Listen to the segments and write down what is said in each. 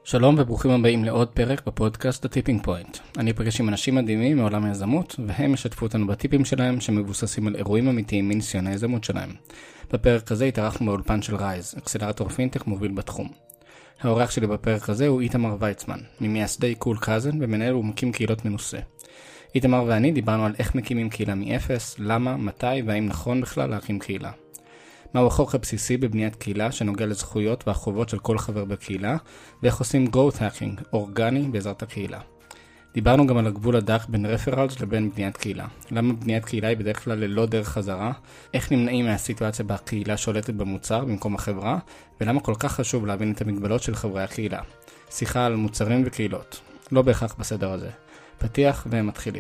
שלום וברוכים הבאים לעוד פרק בפודקאסט הטיפינג פוינט. אני אפגש עם אנשים מדהימים מעולם היזמות, והם ישתפו אותנו בטיפים שלהם שמבוססים על אירועים אמיתיים מניסיון היזמות שלהם. בפרק הזה התארחנו באולפן של רייז, אקסלרטור פינטק מוביל בתחום. האורח שלי בפרק הזה הוא איתמר ויצמן, ממייסדי קול קאזן ומנהל ומקים קהילות מנוסה. איתמר ואני דיברנו על איך מקימים קהילה מאפס, למה, מתי והאם נכון בכלל להקים קהילה. מהו החוק הבסיסי בבניית קהילה שנוגע לזכויות והחובות של כל חבר בקהילה, ואיך עושים growth hacking אורגני בעזרת הקהילה. דיברנו גם על הגבול הדק בין רפרלס לבין בניית קהילה. למה בניית קהילה היא בדרך כלל ללא דרך חזרה, איך נמנעים מהסיטואציה בה הקהילה שולטת במוצר במקום החברה, ולמה כל כך חשוב להבין את המגבלות של חברי הקהילה. שיחה על מוצרים וקהילות, לא בהכרח בסדר הזה. פתיח ומתחילים.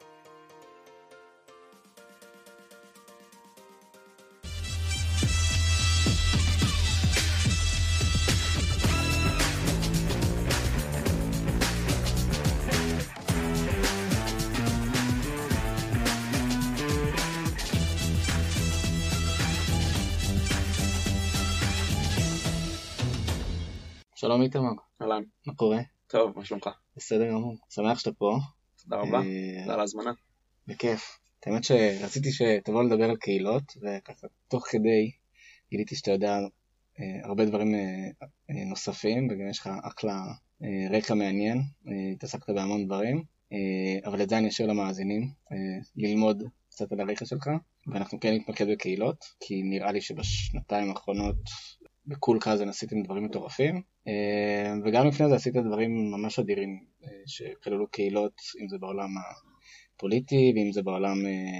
שלום איתמר. אהלן. מה קורה? טוב, מה שלומך? בסדר גמור. שמח שאתה פה. תודה רבה. תודה על ההזמנה. בכיף. האמת שרציתי שתבוא לדבר על קהילות, וככה תוך כדי גיליתי שאתה יודע הרבה דברים נוספים, וגם יש לך אחלה רקע מעניין, התעסקת בהמון דברים, אבל את זה אני אשאיר למאזינים ללמוד קצת על הרקע שלך, ואנחנו כן נתמקד בקהילות, כי נראה לי שבשנתיים האחרונות בקול קאזן עשיתם דברים מטורפים, וגם לפני זה עשית דברים ממש אדירים שכללו קהילות, אם זה בעולם הפוליטי ואם זה בעולם,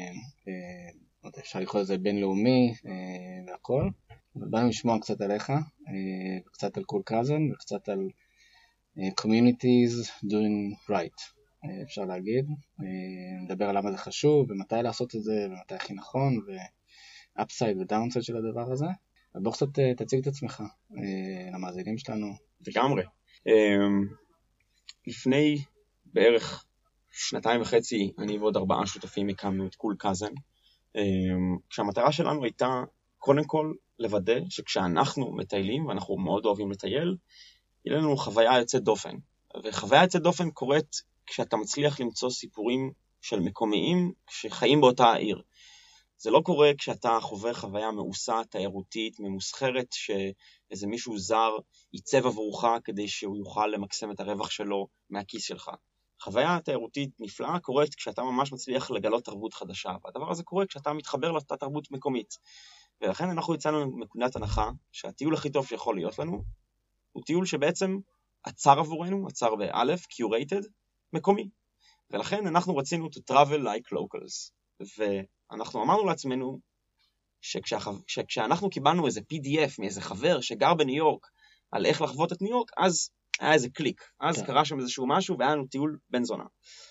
אפשר לקרוא לזה בינלאומי והכל. אבל באנו לשמוע קצת עליך, קצת על קול קאזן וקצת על communities doing right, אפשר להגיד. נדבר על למה זה חשוב ומתי לעשות את זה ומתי הכי נכון ואפסייד ודאונסייד של הדבר הזה. אז בוא קצת תציג את עצמך למאזינים שלנו. לגמרי. לפני בערך 2.5 אני ועוד 4 שותפים הקמנו את קול קאזן, כשהמטרה שלנו הייתה קודם כל לוודא שכשאנחנו מטיילים, ואנחנו מאוד אוהבים לטייל, יהיה לנו חוויה יוצאת דופן. וחוויה יוצאת דופן קורית כשאתה מצליח למצוא סיפורים של מקומיים שחיים באותה העיר. זה לא קורה כשאתה חווה חוויה מעושה, תיירותית, ממוסחרת, שאיזה מישהו זר ייצב עבורך כדי שהוא יוכל למקסם את הרווח שלו מהכיס שלך. חוויה תיירותית נפלאה קורית כשאתה ממש מצליח לגלות תרבות חדשה, והדבר הזה קורה כשאתה מתחבר לאותה תרבות מקומית. ולכן אנחנו יצאנו מנקודת הנחה שהטיול הכי טוב שיכול להיות לנו, הוא טיול שבעצם עצר עבורנו, עצר באלף, curated, מקומי. ולכן אנחנו רצינו to travel like locals. ואנחנו אמרנו לעצמנו שכשאנחנו קיבלנו איזה PDF מאיזה חבר שגר בניו יורק על איך לחוות את ניו יורק, אז היה איזה קליק, אז קרה שם איזשהו משהו והיה לנו טיול בן זונה.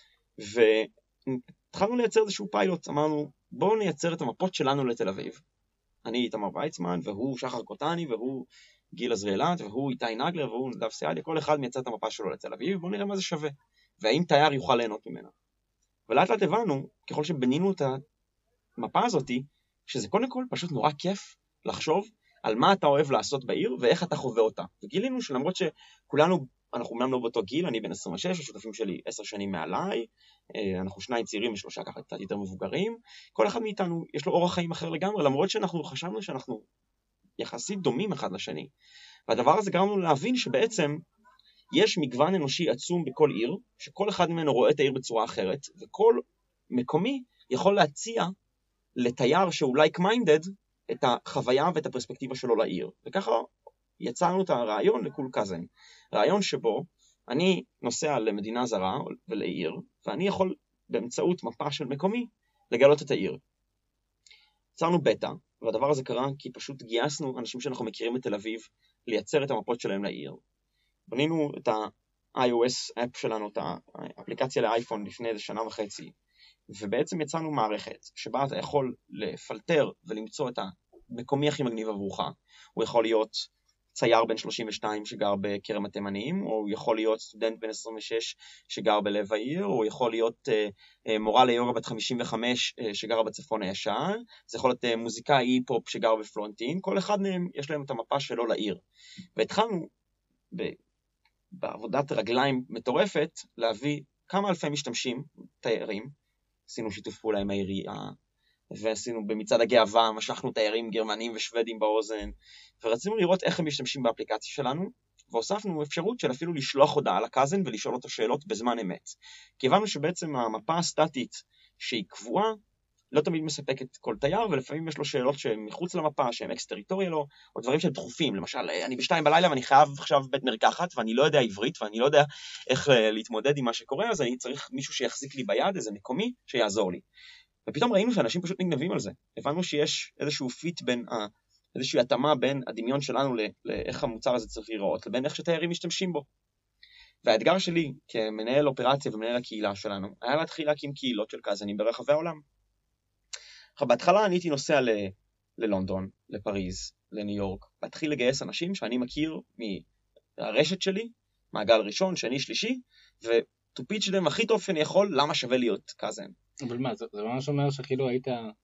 והתחלנו לייצר איזשהו פיילוט, אמרנו בואו נייצר את המפות שלנו לתל אביב. אני איתמר ויצמן והוא שחר קוטני והוא גיל עזריאלת והוא איתי נגלר והוא נדב סיאלי, כל אחד מייצר את המפה שלו לתל אביב, בואו נראה מה זה שווה והאם תייר יוכל ליהנות ממנה. ולאט לאט הבנו, ככל שבנינו את המפה הזאת, שזה קודם כל פשוט נורא כיף לחשוב על מה אתה אוהב לעשות בעיר ואיך אתה חווה אותה. וגילינו שלמרות שכולנו, אנחנו אומנם לא באותו גיל, אני בן 26, השותפים שלי 10 שנים מעליי, אנחנו 2 צעירים ו3 ככה קצת יותר מבוגרים, כל אחד מאיתנו יש לו אורח חיים אחר לגמרי, למרות שאנחנו חשבנו שאנחנו יחסית דומים אחד לשני. והדבר הזה גרם לנו להבין שבעצם יש מגוון אנושי עצום בכל עיר, שכל אחד ממנו רואה את העיר בצורה אחרת, וכל מקומי יכול להציע לתייר שהוא like-minded את החוויה ואת הפרספקטיבה שלו לעיר. וככה יצרנו את הרעיון לקול קאזן. רעיון שבו אני נוסע למדינה זרה ולעיר, ואני יכול באמצעות מפה של מקומי לגלות את העיר. יצרנו בטא, והדבר הזה קרה כי פשוט גייסנו אנשים שאנחנו מכירים בתל אביב לייצר את המפות שלהם לעיר. בנינו את ה-iOS אפ שלנו, את האפליקציה לאייפון לפני איזה 1.5 שנה, ובעצם יצאנו מערכת שבה אתה יכול לפלטר ולמצוא את המקומי הכי מגניב עבורך. הוא יכול להיות צייר בן 32 שגר בכרם התימנים, או הוא יכול להיות סטודנט בן 26 שגר בלב העיר, או הוא יכול להיות מורה ליוגה בת 55 שגרה בצפון הישן, זה יכול להיות מוזיקאי היפ-הופ שגר בפלורנטין, כל אחד מהם יש להם את המפה שלו לעיר. והתחלנו בעבודת רגליים מטורפת, להביא כמה אלפי משתמשים, תיירים, עשינו שיתוף פעולה עם העירייה, ועשינו במצעד הגאווה, משכנו תיירים גרמנים ושוודים באוזן, ורצינו לראות איך הם משתמשים באפליקציה שלנו, והוספנו אפשרות של אפילו לשלוח הודעה לקאזן ולשאול אותו שאלות בזמן אמת. כי הבנו שבעצם המפה הסטטית שהיא קבועה, לא תמיד מספקת כל תייר, ולפעמים יש לו שאלות שהן מחוץ למפה, שהן אקס-טריטוריה לו, או דברים שהם דחופים. למשל, אני ב-2 בלילה ואני חייב עכשיו בית מרקחת, ואני לא יודע עברית, ואני לא יודע איך להתמודד עם מה שקורה, אז אני צריך מישהו שיחזיק לי ביד, איזה מקומי, שיעזור לי. ופתאום ראינו שאנשים פשוט נגנבים על זה. הבנו שיש איזשהו פיט בין, איזושהי התאמה בין הדמיון שלנו לאיך המוצר הזה צריך להיראות, לבין איך שתיירים משתמשים בו. והאתגר שלי כמנהל אופרציה ומנהל הקהילה שלנו, היה להתחיל להקים קהילות של קאזנים ברחבי העולם. בהתחלה אני הייתי נוסע ללונדון, לפריז, לניו יורק, להתחיל לגייס אנשים שאני מכיר מהרשת שלי, מעגל ראשון, שני, שלישי, ו-to pitch them הכי טוב שאני יכול, למה שווה להיות קאזן. אבל מה, זה ממש אומר שכאילו היית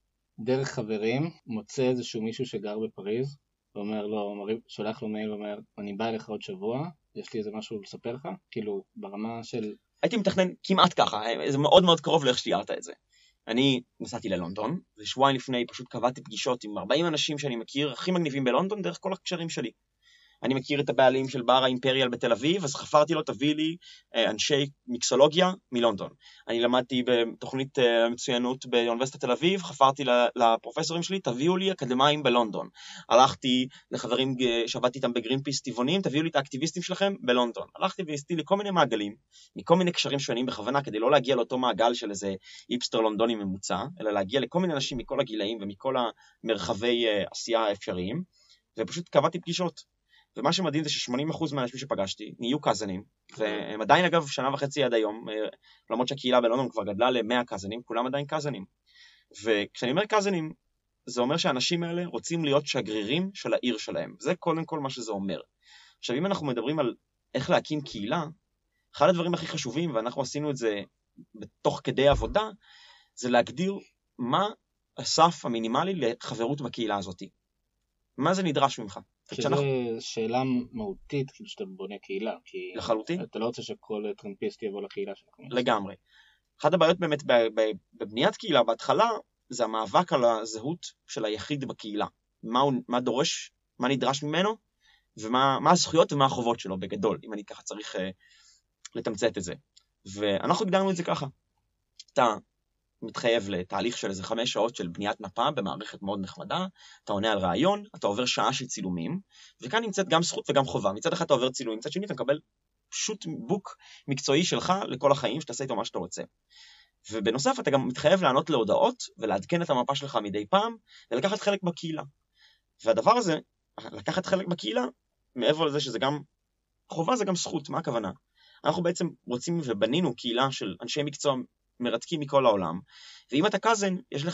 דרך חברים, מוצא איזשהו מישהו שגר בפריז, ואומר לו, שולח לו מייל ואומר, אני בא אליך עוד שבוע, יש לי איזה משהו לספר לך, כאילו ברמה של... הייתי מתכנן כמעט ככה, זה מאוד מאוד קרוב לאיך שתיארת את זה. אני נסעתי ללונדון, ושבועיים לפני פשוט קבעתי פגישות עם 40 אנשים שאני מכיר, הכי מגניבים בלונדון, דרך כל הקשרים שלי. אני מכיר את הבעלים של בר האימפריאל בתל אביב, אז חפרתי לו, תביא לי אנשי מיקסולוגיה מלונדון. אני למדתי בתוכנית מצוינות באוניברסיטת תל אביב, חפרתי לפרופסורים שלי, תביאו לי אקדמיים בלונדון. הלכתי לחברים שעבדתי איתם בגרינפיס טבעונים, תביאו לי את האקטיביסטים שלכם בלונדון. הלכתי ועשיתי לכל מיני מעגלים, מכל מיני קשרים שונים בכוונה, כדי לא להגיע לאותו מעגל של איזה היפסטר לונדוני ממוצע, אלא להגיע לכל מיני אנשים מכל הגילאים ומכל המרחבי עשייה האפשריים, ופשוט קבעתי פגישות. ומה שמדהים זה ש80% מהאנשים שפגשתי נהיו קאזנים, והם עדיין אגב 1.5 שנה עד היום, למרות שהקהילה בלונדון כבר גדלה ל100 קאזנים, כולם עדיין קאזנים. וכשאני אומר קאזנים, זה אומר שהאנשים האלה רוצים להיות שגרירים של העיר שלהם. זה קודם כל מה שזה אומר. עכשיו אם אנחנו מדברים על איך להקים קהילה, אחד הדברים הכי חשובים, ואנחנו עשינו את זה בתוך כדי עבודה, זה להגדיר מה הסף המינימלי לחברות בקהילה הזאת. מה זה נדרש ממך? שזו שאלה מהותית, כאילו שאתה בונה קהילה, כי לחלוטין. אתה לא רוצה שכל טרמפיסט יבוא לקהילה שלך. לגמרי. אחת הבעיות באמת בבניית קהילה בהתחלה, זה המאבק על הזהות של היחיד בקהילה. מה דורש, מה נדרש ממנו, ומה הזכויות ומה החובות שלו בגדול, אם אני ככה צריך לתמצת את זה. ואנחנו הגדרנו את זה ככה. אתה מתחייב לתהליך של איזה 5 שעות של בניית מפה במערכת מאוד נחמדה, אתה עונה על רעיון, אתה עובר שעה של צילומים, וכאן נמצאת גם זכות וגם חובה. מצד אחד אתה עובר צילומים, מצד שני אתה מקבל פשוט בוק מקצועי שלך לכל החיים, שתעשה איתו מה שאתה רוצה. ובנוסף אתה גם מתחייב לענות להודעות, ולעדכן את המפה שלך מדי פעם, ולקחת חלק בקהילה. והדבר הזה, לקחת חלק בקהילה, מעבר לזה שזה גם חובה, זה גם זכות. מה הכוונה? אנחנו בעצם רוצים ובנינו קהילה של אנשי מקצוע מרתקים מכל העולם, ואם אתה קאזן, יש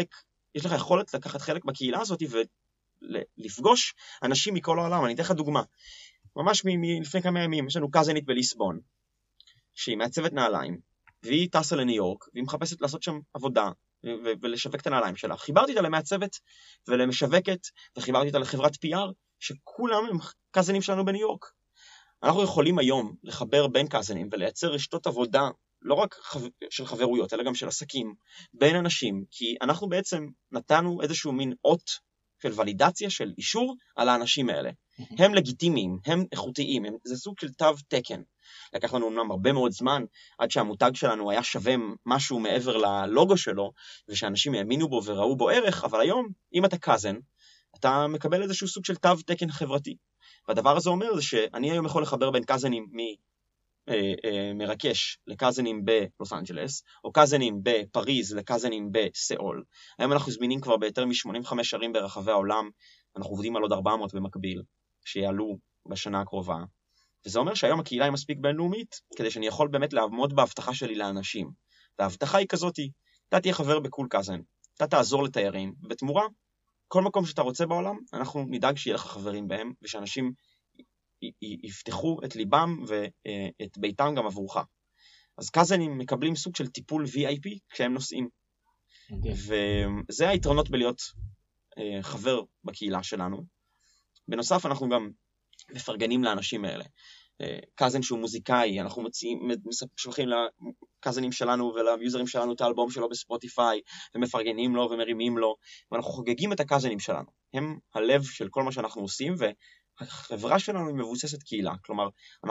לך יכולת לקחת חלק בקהילה הזאת ולפגוש אנשים מכל העולם. אני אתן לך דוגמה. ממש לפני כמה ימים, יש לנו קאזנית בליסבון, שהיא מעצבת נעליים, והיא טסה לניו יורק, והיא מחפשת לעשות שם עבודה, ולשווק את הנעליים שלה. חיברתי אותה למעצבת ולמשווקת, וחיברתי אותה לחברת PR, שכולם הם קאזנים שלנו בניו יורק. אנחנו יכולים היום לחבר בין קאזנים, ולייצר רשתות עבודה, לא רק של חברויות, אלא גם של עסקים, בין אנשים, כי אנחנו בעצם נתנו איזשהו מין אות של ולידציה, של אישור על האנשים האלה. הם לגיטימיים, הם איכותיים, זה סוג של תו תקן. לקח לנו אומנם הרבה מאוד זמן, עד שהמותג שלנו היה שווה משהו מעבר ללוגו שלו, ושאנשים האמינו בו וראו בו ערך, אבל היום, אם אתה קאזן, אתה מקבל איזשהו סוג של תו תקן חברתי. והדבר הזה אומר זה שאני היום יכול לחבר בין קאזנים מרקש לקאזנים בלוס אנג'לס, או קאזנים בפריז לקאזנים בסיאול. היום אנחנו זמינים כבר ביותר מ-85 ערים ברחבי העולם, אנחנו עובדים על עוד 400 במקביל, שיעלו בשנה הקרובה. וזה אומר שהיום הקהילה היא מספיק בינלאומית, כדי שאני יכול באמת לעמוד בהבטחה שלי לאנשים. וההבטחה היא כזאת, אתה תהיה חבר בקול קאזן, אתה תעזור לתיירים, ובתמורה, כל מקום שאתה רוצה בעולם, אנחנו נדאג שיהיה לך חברים בהם, ושאנשים יפתחו את ליבם ואת ביתם גם עבורך. אז קאזנים מקבלים סוג של טיפול VIP כשהם נוסעים. וזה היתרונות בלהיות חבר בקהילה שלנו. בנוסף אנחנו גם מפרגנים לאנשים האלה. קאזן שהוא מוזיקאי, אנחנו שולחים לקאזנים שלנו וליוזרים שלנו את האלבום שלו בספוטיפיי, ומפרגנים לו ומרימים לו, ואנחנו חוגגים את הקאזנים שלנו. הם הלב של כל מה שאנחנו עושים, והחברה שלנו היא מבוססת קהילה. כלומר,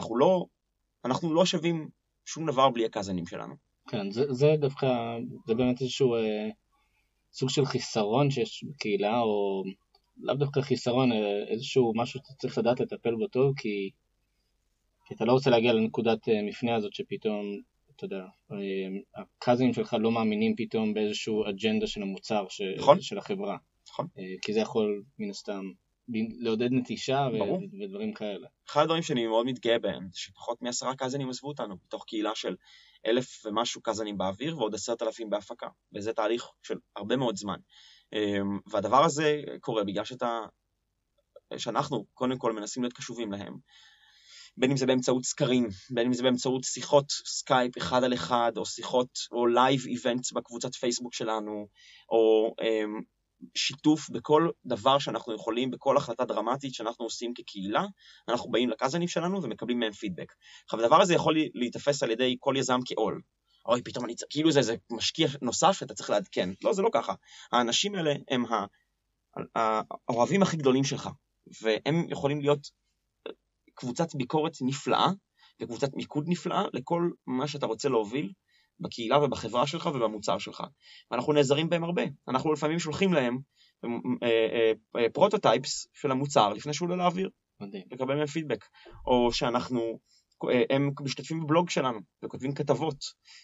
אנחנו לא שווים שום דבר בלי הקאזנים שלנו. כן, זה דווקא, זה באמת איזשהו סוג של חיסרון שיש בקהילה, או לאו דווקא חיסרון, איזשהו משהו שאתה צריך לדעת לטפל בו טוב, כי אתה לא רוצה להגיע לנקודת מפנה הזאת שפתאום, אתה יודע, הקאזנים שלך לא מאמינים פתאום באיזשהו אג'נדה של המוצר של החברה. נכון. כי זה יכול מן הסתם לעודד נטישה ודברים כאלה. אחד הדברים שאני מאוד מתגאה בהם, זה שפחות מ10 קאזנים עזבו אותנו, בתוך קהילה של 1,000 ומשהו קאזנים באוויר, ועוד 10,000 בהפקה. וזה תהליך של הרבה מאוד זמן. והדבר הזה קורה בגלל שאנחנו קודם כל מנסים להיות קשובים להם. בין אם זה באמצעות סקרים, בין אם זה באמצעות שיחות סקייפ 1 על 1, או שיחות, או לייב איבנטס בקבוצת פייסבוק שלנו, או שיתוף בכל דבר שאנחנו יכולים, בכל החלטה דרמטית שאנחנו עושים כקהילה, אנחנו באים לקאזנים שלנו ומקבלים מהם פידבק. עכשיו, הדבר הזה יכול להתאפס על ידי כל יזם כעול. אוי, פתאום כאילו זה משקיע נוסף שאתה צריך לעדכן. לא, זה לא ככה. האנשים האלה הם האוהבים הכי גדולים שלך, והם יכולים להיות קבוצת ביקורת נפלאה, וקבוצת מיקוד נפלאה לכל מה שאתה רוצה להוביל בקהילה ובחברה שלך ובמוצר שלך. ואנחנו נעזרים בהם הרבה. אנחנו לפעמים שולחים להם פרוטוטייפס של המוצר לפני שהוא עולה לאוויר. לקבל מהם פידבק. או הם משתתפים בבלוג שלנו וכותבים כתבות,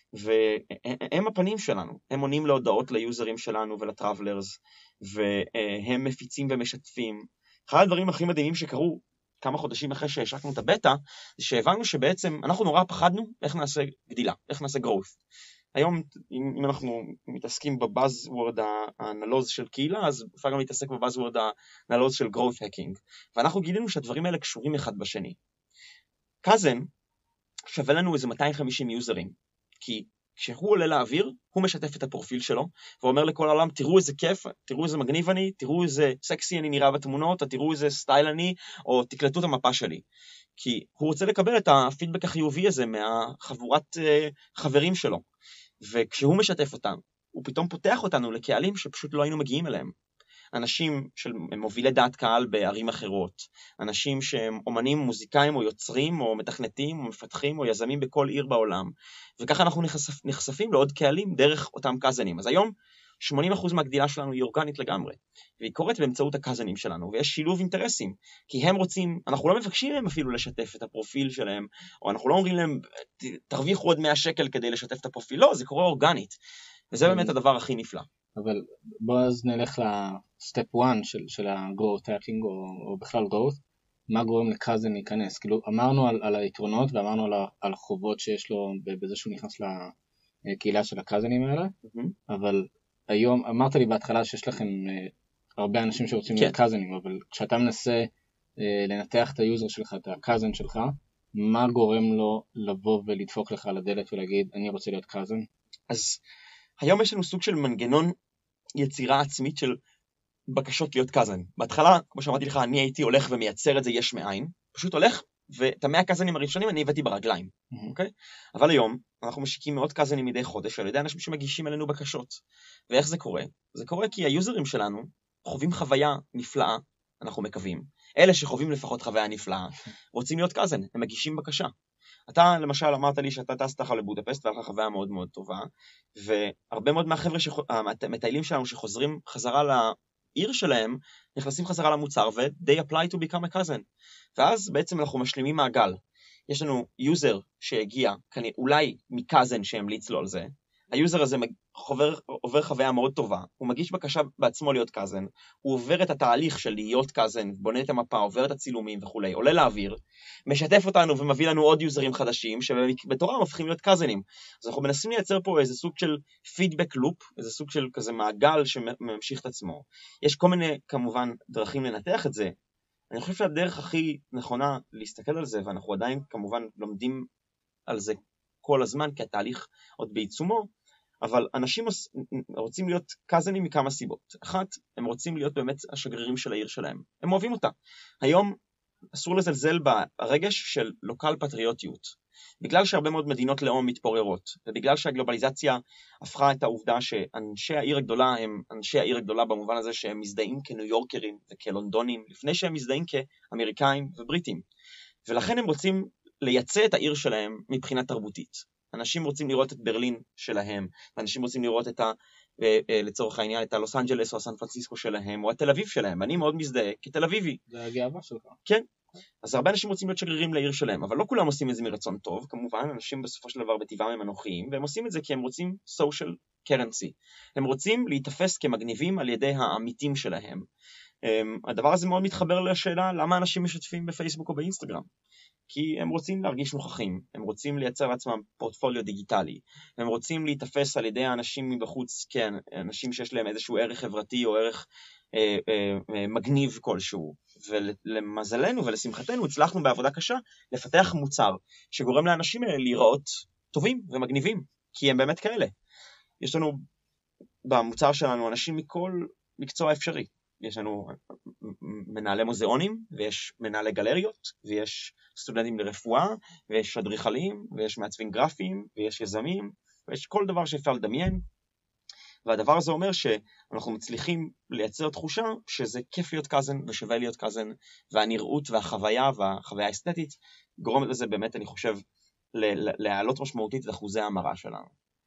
והם הפנים שלנו. הם עונים להודעות ליוזרים שלנו ולטראבלרס, והם מפיצים ומשתפים. אחד הדברים הכי מדהימים שקרו כמה חודשים אחרי שהשקנו את הבטא, זה שהבנו שבעצם אנחנו נורא פחדנו איך נעשה גדילה, איך נעשה growth. היום, אם אנחנו מתעסקים בבאזוורד הנלוז של קהילה, אז אפשר גם להתעסק בבאזוורד הנלוז של growth hacking. ואנחנו גילינו שהדברים האלה קשורים אחד בשני. קאזן שווה לנו איזה 250 יוזרים, כי כשהוא עולה לאוויר, הוא משתף את הפרופיל שלו, ואומר לכל העולם, תראו איזה כיף, תראו איזה מגניב אני, תראו איזה סקסי אני נראה בתמונות, או תראו איזה סטייל אני, או תקלטו את המפה שלי. כי הוא רוצה לקבל את הפידבק החיובי הזה מהחבורת חברים שלו. וכשהוא משתף אותם, הוא פתאום פותח אותנו לקהלים שפשוט לא היינו מגיעים אליהם. אנשים של מובילי דעת קהל בערים אחרות, אנשים שהם אומנים, מוזיקאים או יוצרים או מתכנתים או מפתחים או יזמים בכל עיר בעולם, וככה אנחנו נחשפים לעוד קהלים דרך אותם קאזנים. אז היום 80% מהגדילה שלנו היא אורגנית לגמרי, והיא קורית באמצעות הקאזנים שלנו, ויש שילוב אינטרסים, כי הם רוצים, אנחנו לא מבקשים להם אפילו לשתף את הפרופיל שלהם, או אנחנו לא אומרים להם, תרוויחו עוד 100 שקל כדי לשתף את הפרופיל, לא, זה קורה אורגנית, וזה באמת הדבר הכי נפלא. אבל בוא אז נלך לסטפ 1 של ה-growth hacking, או בכלל growth, מה גורם לקאזן להיכנס? כאילו, אמרנו על היתרונות, ואמרנו על החובות שיש לו בזה שהוא נכנס לקהילה של הקאזנים האלה, אבל היום, אמרת לי בהתחלה שיש לכם הרבה אנשים שרוצים להיות קאזנים, אבל כשאתה מנסה לנתח את היוזר שלך, את הקאזן שלך, מה גורם לו לבוא ולדפוק לך על הדלת ולהגיד, אני רוצה להיות קאזן? אז היום יש לנו סוג של מנגנון יצירה עצמית של בקשות להיות קאזן. בהתחלה, כמו שאמרתי לך, אני הייתי הולך ומייצר את זה יש מאין, פשוט הולך, ואת 100 קאזנים הראשונים אני הבאתי ברגליים, אוקיי? אבל היום אנחנו משיקים מאות קאזנים מדי חודש על ידי אנשים שמגישים אלינו בקשות. ואיך זה קורה? זה קורה כי היוזרים שלנו חווים חוויה נפלאה, אנחנו מקווים. אלה שחווים לפחות חוויה נפלאה, רוצים להיות קאזן, הם מגישים בקשה. אתה למשל אמרת לי שאתה טסת לך לבודפסט והלכה חוויה מאוד מאוד טובה, והרבה מאוד מהחבר'ה המטיילים שלנו שחוזרים חזרה לעיר שלהם, נכנסים חזרה למוצר ו-they apply to become a cousin. ואז בעצם אנחנו משלימים מעגל. יש לנו יוזר שהגיע, אולי מקאזן שהמליץ לו על זה, היוזר הזה עובר חוויה מאוד טובה, הוא מגיש בקשה בעצמו להיות קאזן, הוא עובר את התהליך של להיות קאזן, בונה את המפה, עובר את הצילומים וכו', עולה לאוויר, משתף אותנו ומביא לנו עוד יוזרים חדשים, שבתורם הופכים להיות קאזנים. אז אנחנו מנסים לייצר פה איזה סוג של פידבק לופ, איזה סוג של כזה מעגל שממשיך את עצמו. יש כל מיני כמובן דרכים לנתח את זה, אני חושב שהדרך הכי נכונה להסתכל על זה, ואנחנו עדיין כמובן לומדים על זה כל הזמן, כי התהליך עוד בעיצומו, אבל אנשים רוצים להיות קאזנים מכמה סיבות. אחת, הם רוצים להיות באמת השגרירים של העיר שלהם. הם אוהבים אותה. היום אסור לזלזל ברגש של לוקל פטריוטיות. בגלל שהרבה מאוד מדינות לאום מתפוררות, ובגלל שהגלובליזציה הפכה את העובדה שאנשי העיר הגדולה הם אנשי העיר הגדולה במובן הזה שהם מזדהים כניו יורקרים וכלונדונים, לפני שהם מזדהים כאמריקאים ובריטים. ולכן הם רוצים לייצא את העיר שלהם מבחינה תרבותית. אנשים רוצים לראות את ברלין שלהם, ואנשים רוצים לראות לצורך העניין, את הלוס אנג'לס או הסן פרנסיסקו שלהם, או התל אביב שלהם. אני מאוד מזדהה כתל אביבי. זה הגאווה שלך. כן. אז הרבה אנשים רוצים להיות שגרירים לעיר שלהם, אבל לא כולם עושים את זה מרצון טוב, כמובן, אנשים בסופו של דבר בטבעם הם אנוכיים, והם עושים את זה כי הם רוצים social currency. הם רוצים להתאפס כמגניבים על ידי העמיתים שלהם. הדבר הזה מאוד מתחבר לשאלה, למה אנשים משתפים בפייסבוק או באינסטגרם? כי הם רוצים להרגיש נוכחים, הם רוצים לייצר לעצמם פורטפוליו דיגיטלי, הם רוצים להתאפס על ידי האנשים מבחוץ, כן, אנשים שיש להם איזשהו ערך חברתי או ערך מגניב כלשהו, ולמזלנו ולשמחתנו הצלחנו בעבודה קשה לפתח מוצר שגורם לאנשים האלה להיראות טובים ומגניבים, כי הם באמת כאלה. יש לנו במוצר שלנו אנשים מכל מקצוע אפשרי. יש לנו מנהלי מוזיאונים, ויש מנהלי גלריות, ויש סטודנטים לרפואה, ויש אדריכלים, ויש מעצבים גרפיים, ויש יזמים, ויש כל דבר שאפשר לדמיין. והדבר הזה אומר שאנחנו מצליחים לייצר תחושה שזה כיף להיות קאזן ושווה להיות קאזן, והנראות והחוויה האסתטית גורמת לזה באמת, אני חושב, להעלות משמעותית את אחוזי ההמרה שלנו.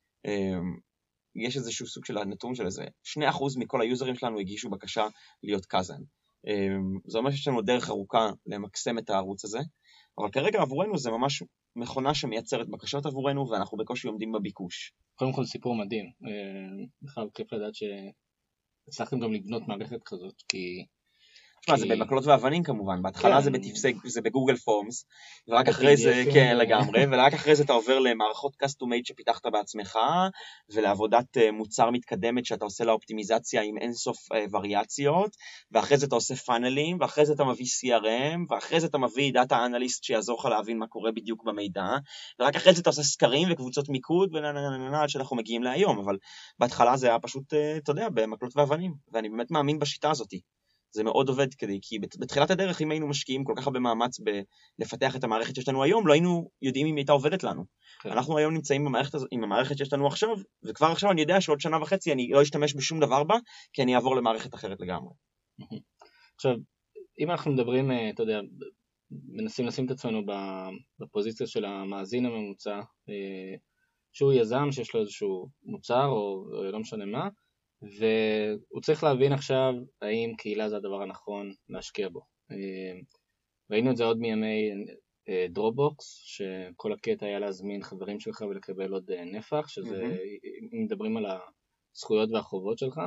יש איזשהו סוג של הנתון של איזה 2% מכל היוזרים שלנו הגישו בקשה להיות קאזן. זה אומר שיש לנו דרך ארוכה למקסם את הערוץ הזה, אבל כרגע עבורנו זה ממש מכונה שמייצרת בקשות עבורנו, ואנחנו בקושי עומדים בביקוש. קודם כל סיפור מדהים. בכלל כיף לדעת שהצלחתם גם לבנות מערכת כזאת, כי... זה במקלות ואבנים כמובן, בהתחלה זה בגוגל פורמס, ורק אחרי זה, כן לגמרי, ורק אחרי זה אתה עובר למערכות custom made שפיתחת בעצמך, ולעבודת מוצר מתקדמת שאתה עושה לה אופטימיזציה עם אינסוף וריאציות, ואחרי זה אתה עושה פאנלים, ואחרי זה אתה מביא CRM, ואחרי זה אתה מביא דאטה אנליסט שיעזור לך להבין מה קורה בדיוק במידע, ורק אחרי זה אתה עושה סקרים וקבוצות מיקוד, עד שאנחנו מגיעים להיום, אבל בהתחלה זה היה פשוט, אתה יודע, במקלות ואבנים, ואני באמת מאמין בשיטה הזאת. זה מאוד עובד כי בתחילת הדרך, אם היינו משקיעים כל כך הרבה מאמץ לפתח את המערכת שיש לנו היום, לא היינו יודעים אם היא הייתה עובדת לנו. אנחנו היום נמצאים עם המערכת שיש לנו עכשיו, וכבר עכשיו אני יודע שעוד שנה וחצי אני לא אשתמש בשום דבר בה, כי אני אעבור למערכת אחרת לגמרי. עכשיו, אם אנחנו מדברים, אתה יודע, מנסים לשים את עצמנו בפוזיציה של המאזין הממוצע, שהוא יזם שיש לו איזשהו מוצר או לא משנה מה, והוא צריך להבין עכשיו האם קהילה זה הדבר הנכון להשקיע בו. ראינו את זה עוד מימי דרופבוקס, שכל הקטע היה להזמין חברים שלך ולקבל עוד נפח, שזה אם מדברים על הזכויות והחובות שלך,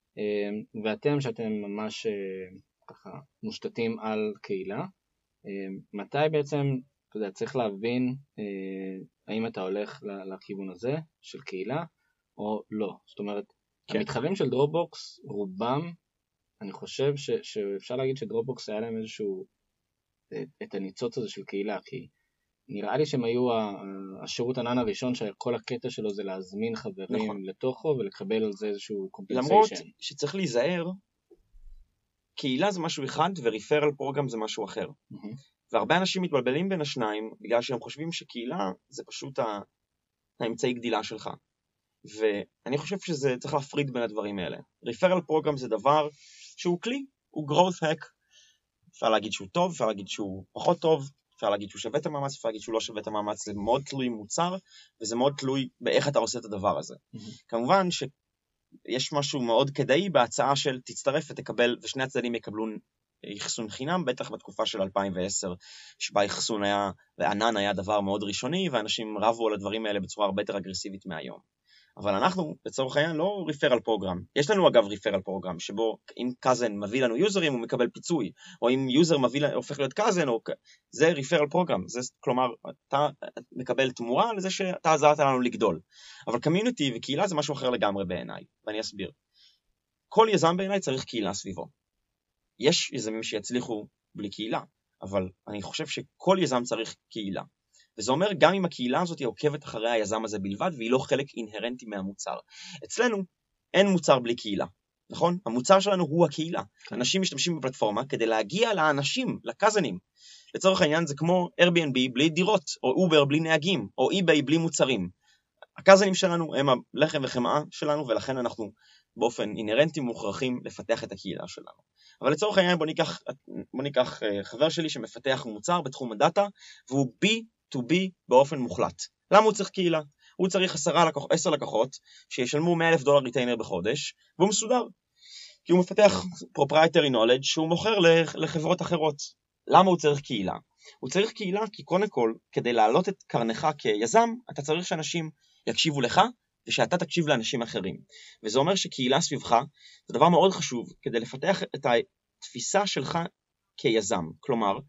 ואתם שאתם ממש ככה מושתתים על קהילה, מתי בעצם אתה יודע, צריך להבין האם אתה הולך לכיוון הזה של קהילה או לא. זאת אומרת, המתחרים של דרופבוקס, רובם, אני חושב שאפשר להגיד שדרופבוקס היה להם איזשהו, את הניצוץ הזה של קהילה, כי נראה לי שהם היו השירות ענן הראשון שכל הקטע שלו זה להזמין חברים לתוכו ולקבל על זה איזשהו קומפנסיישן. למרות שצריך להיזהר, קהילה זה משהו אחד וריפרל פרוגרם זה משהו אחר. והרבה אנשים מתבלבלים בין השניים בגלל שהם חושבים שקהילה זה פשוט האמצעי גדילה שלך. ואני חושב שזה צריך להפריד בין הדברים האלה. ריפרל פרוגרם זה דבר שהוא כלי, הוא growth hack. אפשר להגיד שהוא טוב, אפשר להגיד שהוא פחות טוב, אפשר להגיד שהוא שווה את המאמץ, אפשר להגיד שהוא לא שווה את המאמץ, זה מאוד תלוי מוצר, וזה מאוד תלוי באיך אתה עושה את הדבר הזה. כמובן שיש משהו מאוד כדאי בהצעה של תצטרף ותקבל, ושני הצדדים יקבלו יחסון חינם, בטח בתקופה של 2010, שבה יחסון היה, וענן היה דבר מאוד ראשוני, ואנשים רבו על הדברים האלה בצורה הרבה יותר אגרסיבית מהיום. אבל אנחנו, לצורך העניין, לא ריפרל פרוגרם. יש לנו אגב ריפרל פרוגרם, שבו אם קאזן מביא לנו יוזרים, הוא מקבל פיצוי, או אם יוזר הופך להיות קאזן, זה ריפרל פרוגרם. כלומר, אתה מקבל תמורה לזה שאתה עזרת לנו לגדול. אבל קמיוניטי וקהילה זה משהו אחר לגמרי בעיניי, ואני אסביר. כל יזם בעיניי צריך קהילה סביבו. יש יזמים שיצליחו בלי קהילה, אבל אני חושב שכל יזם צריך קהילה. וזה אומר גם אם הקהילה הזאת היא עוקבת אחרי היזם הזה בלבד, והיא לא חלק אינהרנטי מהמוצר. אצלנו אין מוצר בלי קהילה. נכון? המוצר שלנו הוא הקהילה. אנשים משתמשים בפלטפורמה כדי להגיע לאנשים, לקזנים. לצורך העניין זה כמו Airbnb בלי דירות, או Uber בלי נהגים, או eBay בלי מוצרים. הקזנים שלנו הם הלחם וחמאה שלנו, ולכן אנחנו באופן אינרנטי מוכרחים לפתח את הקהילה שלנו. אבל לצורך העניין בוא ניקח חבר שלי שמפתח מוצר בתחום הדאטה, והוא B2B באופן מוחלט. למה הוא צריך קהילה? הוא צריך 10 לקוחות שישלמו $100,000 ריטיינר בחודש, והוא מסודר. כי הוא מפתח proprietary knowledge שהוא מוכר לחברות אחרות. למה הוא צריך קהילה? הוא צריך קהילה כי קודם כל, כדי להעלות את קרנך כיזם, אתה צריך שאנשים יקשיבו לך, ושאתה תקשיב לאנשים אחרים. וזה אומר שקהילה סביבך, זה דבר מאוד חשוב, כדי לפתח את התפיסה שלך כיזם. כלומר,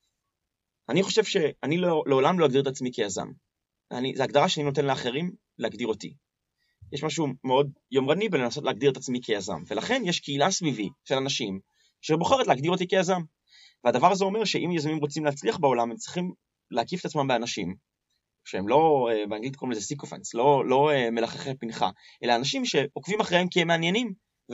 אני חושב שאני לעולם לא אגדיר את עצמי כיזם. זו הגדרה שאני נותן לאחרים להגדיר אותי. יש משהו מאוד יומרני בלנסות להגדיר את עצמי כיזם, ולכן יש קהילה סביבי של אנשים שבוחרת להגדיר אותי כיזם. והדבר הזה אומר שאם יזמים רוצים להצליח בעולם, הם צריכים להקיף את עצמם באנשים, שהם לא, באנגלית קוראים לזה סיקופנס, לא מלחכי פנחה, אלא אנשים שעוקבים אחריהם כי הם מעניינים,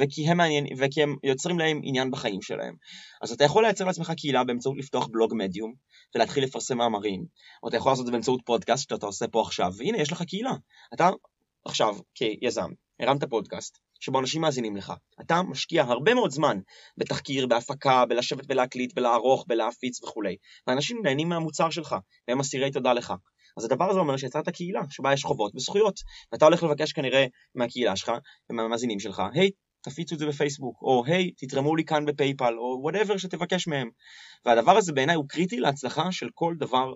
וכי הם יוצרים להם עניין בחיים שלהם. אז אתה יכול לייצר לעצמך קהילה באמצעות לפתוח בלוג מדיום, ולהתחיל לפרסם מאמרים, או אתה יכול לעשות את זה באמצעות פודקאסט שאתה עושה פה עכשיו, והנה יש לך קהילה. אתה עכשיו כיזם, הרמת פודקאסט, שבו אנשים מאזינים לך. אתה משקיע הרבה מאוד זמן בתחקיר, בהפקה, בלשבת ולהקליט, בלערוך, בלהפיץ וכו'. ואנשים נהנים מהמוצר שלך, והם אסירי תודה לך. אז הדבר הזה אומר שיצרת קהילה, שבה יש חובות וזכויות, ואתה הולך לבקש כנראה מהקהילה שלך, ומהמאזינים שלך, היי, תפיצו את זה בפייסבוק, או היי, תתרמו לי כאן בפייפל, או whatever שתבקש מהם. והדבר הזה בעיניי הוא קריטי להצלחה של כל דבר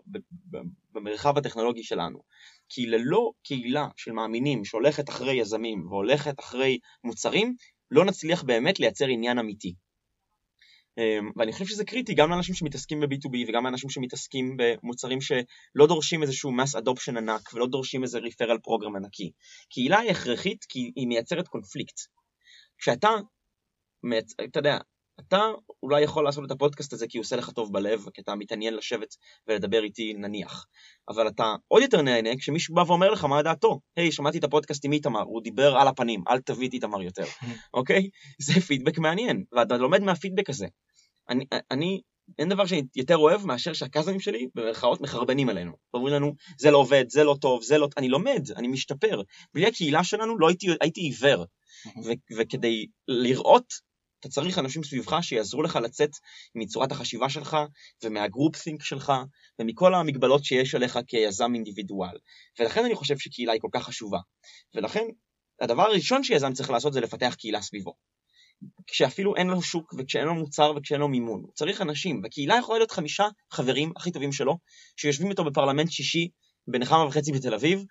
במרחב הטכנולוגי שלנו. כי ללא קהילה של מאמינים שהולכת אחרי יזמים והולכת אחרי מוצרים, לא נצליח באמת לייצר עניין אמיתי. ואני חושב שזה קריטי גם לאנשים שמתעסקים ב-B2B וגם לאנשים שמתעסקים במוצרים שלא דורשים איזשהו mass adoption ענק ולא דורשים איזה referral program ענקי. קהילה היא הכרחית כי היא מייצרת קונפליקט. כשאתה, אתה יודע, אתה אולי יכול לעשות את הפודקאסט הזה כי הוא עושה לך טוב בלב, כי אתה מתעניין לשבת ולדבר איתי נניח. אבל אתה עוד יותר נהנה כשמישהו בא ואומר לך מה דעתו. היי, שמעתי את הפודקאסט עם איתמר, הוא דיבר על הפנים, אל תביא את איתמר יותר. אוקיי? זה פידבק מעניין, ואתה לומד מהפידבק הזה. אין דבר שאני יותר אוהב מאשר שהקזמים שלי במרכאות מחרבנים עלינו. אומרים לנו, זה לא עובד, זה לא טוב, זה לא... אני לומד, אני משתפר. בלי הקהילה שלנו לא הייתי עיוור. וכדי לראות, אתה צריך אנשים סביבך שיעזרו לך לצאת מצורת החשיבה שלך, ומהגרופ תינק שלך, ומכל המגבלות שיש עליך כיזם אינדיבידואל. ולכן אני חושב שקהילה היא כל כך חשובה. ולכן, הדבר הראשון שיזם צריך לעשות זה לפתח קהילה סביבו. כשאפילו אין לו שוק, וכשאין לו מוצר, וכשאין לו מימון. הוא צריך אנשים, בקהילה יכולה להיות 5 חברים הכי טובים שלו, שיושבים איתו בפרלמנט שישי, בנחמה וחצי בתל אביב,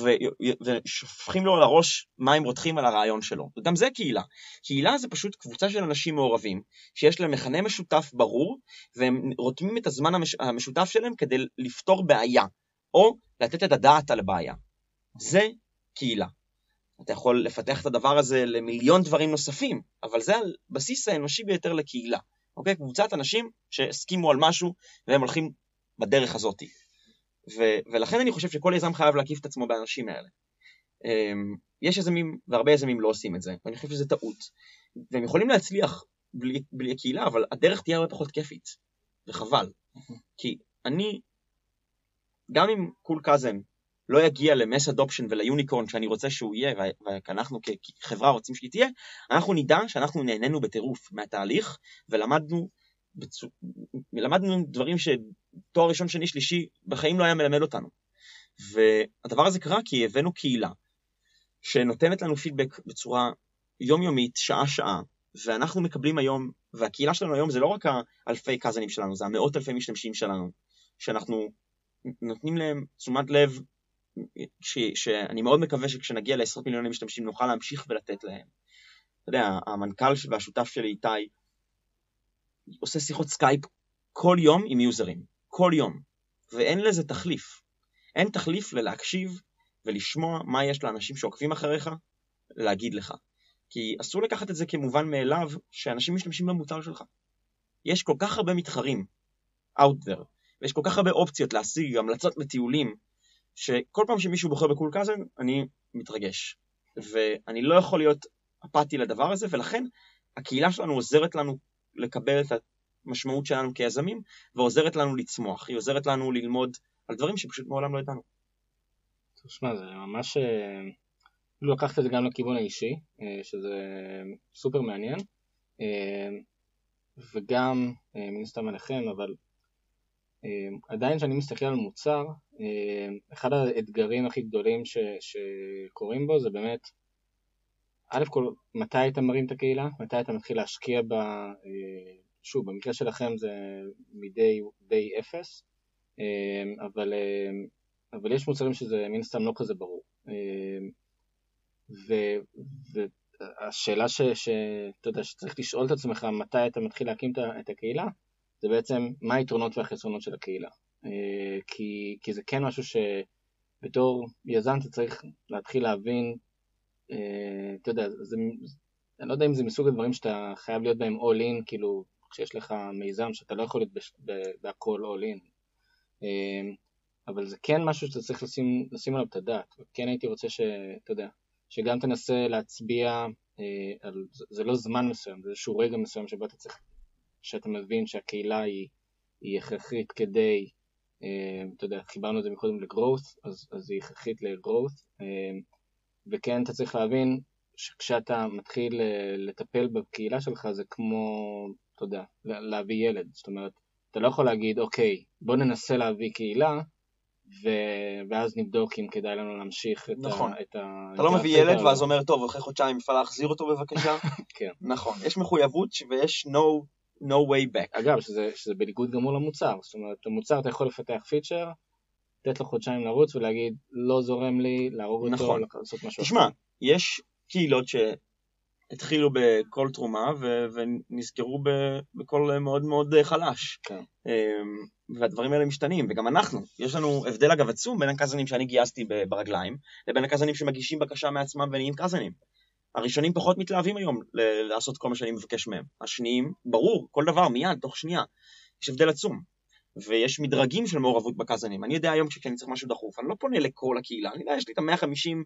ושופכים לו לראש מים רותחים על הרעיון שלו. וגם זה קהילה. קהילה זה פשוט קבוצה של אנשים מעורבים, שיש להם מכנה משותף ברור, והם רותמים את הזמן המשותף שלהם כדי לפתור בעיה, או לתת את הדעת על הבעיה. זה קהילה. אתה יכול לפתח את הדבר הזה למיליון דברים נוספים, אבל זה על בסיס האנושי ביותר לקהילה. אוקיי? קבוצת אנשים שהסכימו על משהו, והם הולכים בדרך הזאת. ולכן אני חושב שכל יזם חייב להקיף את עצמו באנשים האלה. יש יזמים, והרבה יזמים לא עושים את זה, ואני חושב שזה טעות. והם יכולים להצליח בלי הקהילה, אבל הדרך תהיה הרבה פחות כיפית. וחבל. כי אני, גם אם קול קזן לא יגיע למס אדופשן וליוניקורן שאני רוצה שהוא יהיה, ואנחנו כחברה רוצים שהיא תהיה, אנחנו נדע שאנחנו נהנינו בטירוף מהתהליך, ולמדנו דברים שתואר ראשון, שני, שלישי, בחיים לא היה מלמד אותנו. והדבר הזה קרה כי הבאנו קהילה, שנותנת לנו פידבק בצורה יומיומית, שעה-שעה, ואנחנו מקבלים היום, והקהילה שלנו היום זה לא רק האלפי קזנים שלנו, זה המאות אלפי משתמשים שלנו, שאנחנו נותנים להם תשומת לב, שאני מאוד מקווה שכשנגיע ל10 מיליוני משתמשים נוכל להמשיך ולתת להם. אתה יודע, המנכ"ל והשותף שלי איתי עושה שיחות סקייפ כל יום עם יוזרים, כל יום, ואין לזה תחליף. אין תחליף ללהקשיב ולשמוע מה יש לאנשים שעוקבים אחריך להגיד לך. כי אסור לקחת את זה כמובן מאליו שאנשים משתמשים במוצר שלך. יש כל כך הרבה מתחרים out there, ויש כל כך הרבה אופציות להשיג, המלצות לטיולים, שכל פעם שמישהו בוחר בקול קזן, אני מתרגש. ואני לא יכול להיות אפאתי לדבר הזה, ולכן הקהילה שלנו עוזרת לנו לקבל את המשמעות שלנו כיזמים, ועוזרת לנו לצמוח, היא עוזרת לנו ללמוד על דברים שפשוט מעולם לא ידענו. תשמע, זה ממש, לקחת את זה גם לכיוון האישי, שזה סופר מעניין, וגם מן סתם עליכם, אבל עדיין שאני מסתכל על מוצר, אחד האתגרים הכי גדולים שקורים בו זה באמת, א' כל, מתי אתה מרים את הקהילה, מתי אתה מתחיל להשקיע בה, שוב, במקרה שלכם זה מדי אפס, אבל יש מוצרים שזה מן סתם לא כזה ברור. והשאלה שאתה יודע, שצריך לשאול את עצמך מתי אתה מתחיל להקים את הקהילה, זה בעצם מה היתרונות והחסרונות של הקהילה. כי זה כן משהו שבתור יזם אתה צריך להתחיל להבין, אתה יודע, אני לא יודע אם זה מסוג הדברים שאתה חייב להיות בהם all in, כאילו כשיש לך מיזם שאתה לא יכול להיות בהכל all in. אבל זה כן משהו שאתה צריך לשים עליו את הדעת. וכן הייתי רוצה שאתה יודע, שגם תנסה להצביע על, זה לא זמן מסוים, זה איזשהו רגע מסוים שבו אתה צריך, שאתה מבין שהקהילה היא הכרחית כדי, אתה יודע, חיברנו את זה מקודם לגרוס, אז היא הכרחית לגרוס, וכן אתה צריך להבין שכשאתה מתחיל לטפל בקהילה שלך זה כמו, אתה יודע, להביא ילד, זאת אומרת, אתה לא יכול להגיד, אוקיי, בוא ננסה להביא קהילה, ואז נבדוק אם כדאי לנו להמשיך את נכון. אתה לא מביא ילד ואז אומר, טוב, אחרי חודשיים אפשר להחזיר אותו בבקשה? כן. נכון, יש מחויבות ויש no way back. אגב, שזה בניגוד גמור למוצר, זאת אומרת, המוצר אתה יכול לפתח פיצ'ר, לתת לו חודשיים לרוץ ולהגיד, לא זורם לי, להרוג אותו, לעשות משהו. תשמע, יש קהילות שהתחילו בכל תרומה ונזכרו בכל מאוד מאוד חלש. כן. והדברים האלה משתנים, וגם אנחנו, יש לנו הבדל אגב עצום בין הקזנים שאני גייסתי ברגליים, לבין הקזנים שמגישים בקשה מעצמם ונהיים קזנים. הראשונים פחות מתלהבים היום לעשות כל מה שאני מבקש מהם. השניים, ברור, כל דבר, מיד, תוך שנייה. יש הבדל עצום. ויש מדרגים של מעורבות בקזנים. אני יודע היום כשאני צריך משהו דחוף, אני לא פונה לכל הקהילה, אני יודע, יש לי את ה-150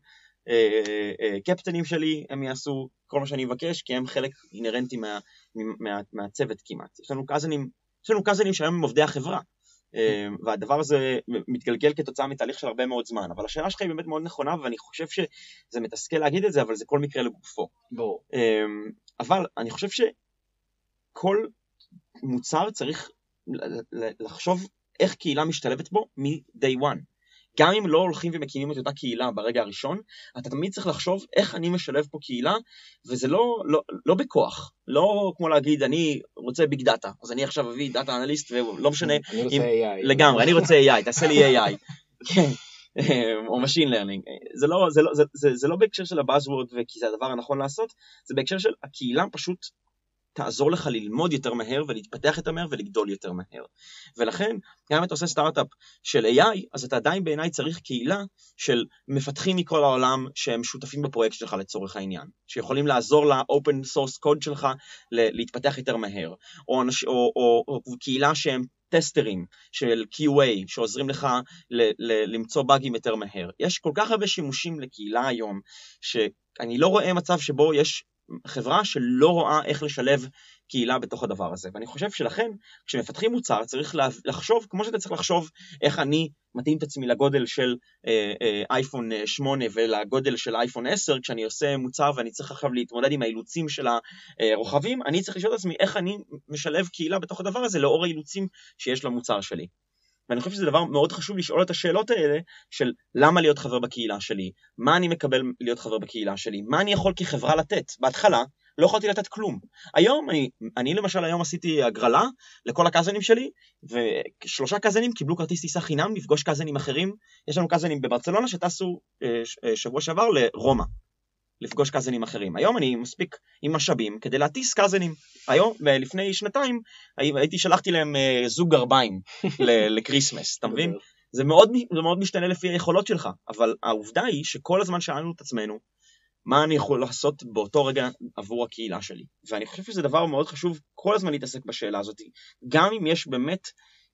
קפטנים שלי, הם יעשו כל מה שאני מבקש, כי הם חלק אינרנטי מהצוות כמעט. יש לנו קזנים שהיום הם עובדי החברה, והדבר הזה מתגלגל כתוצאה מתהליך של הרבה מאוד זמן, אבל השאלה שלך היא באמת מאוד נכונה, ואני חושב שזה מתסכל להגיד את זה, אבל זה כל מקרה לגופו. ברור. אבל אני חושב שכל מוצר צריך לחשוב איך קהילה משתלבת בו מ-day one. גם אם לא הולכים ומקימים את אותה קהילה ברגע הראשון, אתה תמיד צריך לחשוב איך אני משלב פה קהילה, וזה לא בכוח, לא כמו להגיד אני רוצה ביג דאטה, אז אני עכשיו אביא דאטה אנליסט ולא משנה, אני רוצה AI. לגמרי, אני רוצה AI, תעשה לי AI, כן, או Machine Learning, זה לא בהקשר של הבאזוורד וכי זה הדבר הנכון לעשות, זה בהקשר של הקהילה פשוט תעזור לך ללמוד יותר מהר ולהתפתח יותר מהר ולגדול יותר מהר. ולכן, גם אם אתה עושה סטארט-אפ של AI, אז אתה עדיין בעיניי צריך קהילה של מפתחים מכל העולם שהם שותפים בפרויקט שלך לצורך העניין, שיכולים לעזור ל-open source code שלך להתפתח יותר מהר, או קהילה שהם טסטרים של QA שעוזרים לך למצוא באגים יותר מהר. יש כל כך הרבה שימושים לקהילה היום, שאני לא רואה מצב שבו יש חברה שלא רואה איך לשלב קהילה בתוך הדבר הזה. ואני חושב שלכן, כשמפתחים מוצר, צריך לחשוב, כמו שאתה צריך לחשוב איך אני מתאים את עצמי לגודל של אייפון 8 ולגודל של אייפון 10, כשאני עושה מוצר ואני צריך עכשיו להתמודד עם האילוצים של הרוכבים, אני צריך לשאול את עצמי איך אני משלב קהילה בתוך הדבר הזה, לאור האילוצים שיש למוצר שלי. ואני חושב שזה דבר מאוד חשוב לשאול את השאלות האלה של למה להיות חבר בקהילה שלי, מה אני מקבל להיות חבר בקהילה שלי, מה אני יכול כחברה לתת. בהתחלה לא יכולתי לתת כלום. היום, אני למשל היום עשיתי הגרלה לכל הקזנים שלי, ו3 קזנים קיבלו כרטיס טיסה חינם לפגוש קזנים אחרים. יש לנו קזנים בברצלונה שטסו שבוע שעבר לרומא, לפגוש קזנים אחרים. היום אני מספיק עם משאבים כדי להטיס קזנים. היום, לפני 2 שלחתי להם זוג גרביים לקריסמס, אתה מבין? זה מאוד משתנה לפי היכולות שלך, אבל העובדה היא שכל הזמן שאלנו את עצמנו, מה אני יכול לעשות באותו רגע עבור הקהילה שלי. ואני חושב שזה דבר מאוד חשוב כל הזמן להתעסק בשאלה הזאת, גם אם יש באמת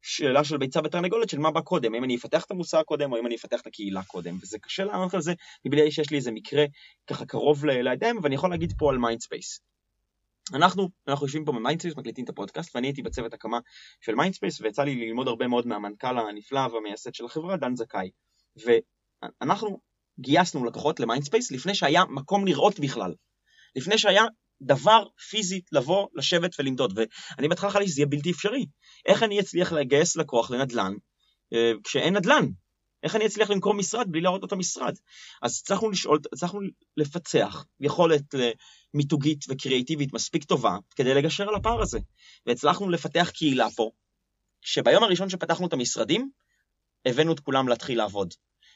שאלה של ביצה ותרנגולת של מה בא קודם, האם אני אפתח את המוצר קודם או האם אני אפתח את הקהילה קודם, וזה קשה לענות על זה, מבלי שיש לי איזה מקרה ככה קרוב לידיים, ואני יכול להגיד פה על מיינדספייס. אנחנו יושבים פה במיינדספייס, מקליטים את הפודקאסט, ואני הייתי בצוות הקמה של מיינדספייס, ויצא לי ללמוד הרבה מאוד מהמנכ"ל הנפלא והמייסד של החברה, דן זכאי. ואנחנו גייסנו לקוחות למיינדספייס לפני שהיה מקום לראות בכלל. לפני שהיה דבר פיזית לבוא, לשבת ולמדוד. ואני בהתחלה חשבתי שזה יהיה בלתי אפשרי. איך אני אצליח לגייס לקוח לנדל"ן כשאין נדל"ן? איך אני אצליח למכור משרד בלי להראות את המשרד? אז צריכנו לפצח יכולת מיתוגית וקריאטיבית מספיק טובה כדי לגשר על הפער הזה. והצלחנו לפתח קהילה פה, שביום הראשון שפתחנו את המשרדים, הבאנו את כולם להתחיל לעבוד.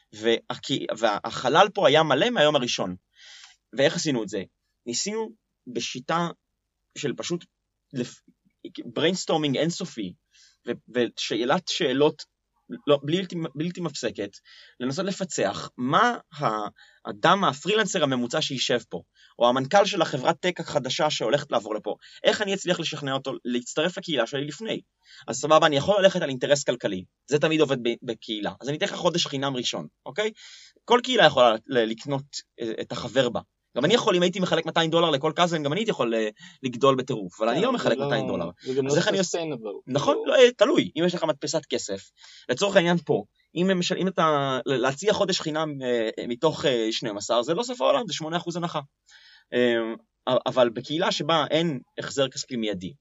והחלל פה היה מלא מהיום הראשון. ואיך עשינו את זה? ניסינו בשיטה של פשוט בריינסטורמינג אינסופי, ושאלת שאלות בלתי מפסקת, לנסות לפצח מה האדם, הפרילנסר הממוצע שישב פה, או המנכ"ל של החברת טק החדשה שהולכת לעבור לפה, איך אני אצליח לשכנע אותו להצטרף לקהילה שלי לפני. אז סבבה, אני יכול ללכת על אינטרס כלכלי, זה תמיד עובד בקהילה, אז אני אתן לך חודש חינם ראשון, אוקיי? כל קהילה יכולה לקנות את החבר בה. גם אני יכול, אם הייתי מחלק $200 לכל קאזן, גם אני הייתי יכול לגדול בטירוף, אבל אני לא מחלק $200. וגם לא ססטיינבל. נכון, תלוי, אם יש לך מדפסת כסף, לצורך העניין פה, אם אתה להציע חודש חינם מתוך 12, זה לא סוף העולם, זה 8% הנחה. אבל בקהילה שבה אין החזר כספי מיידי,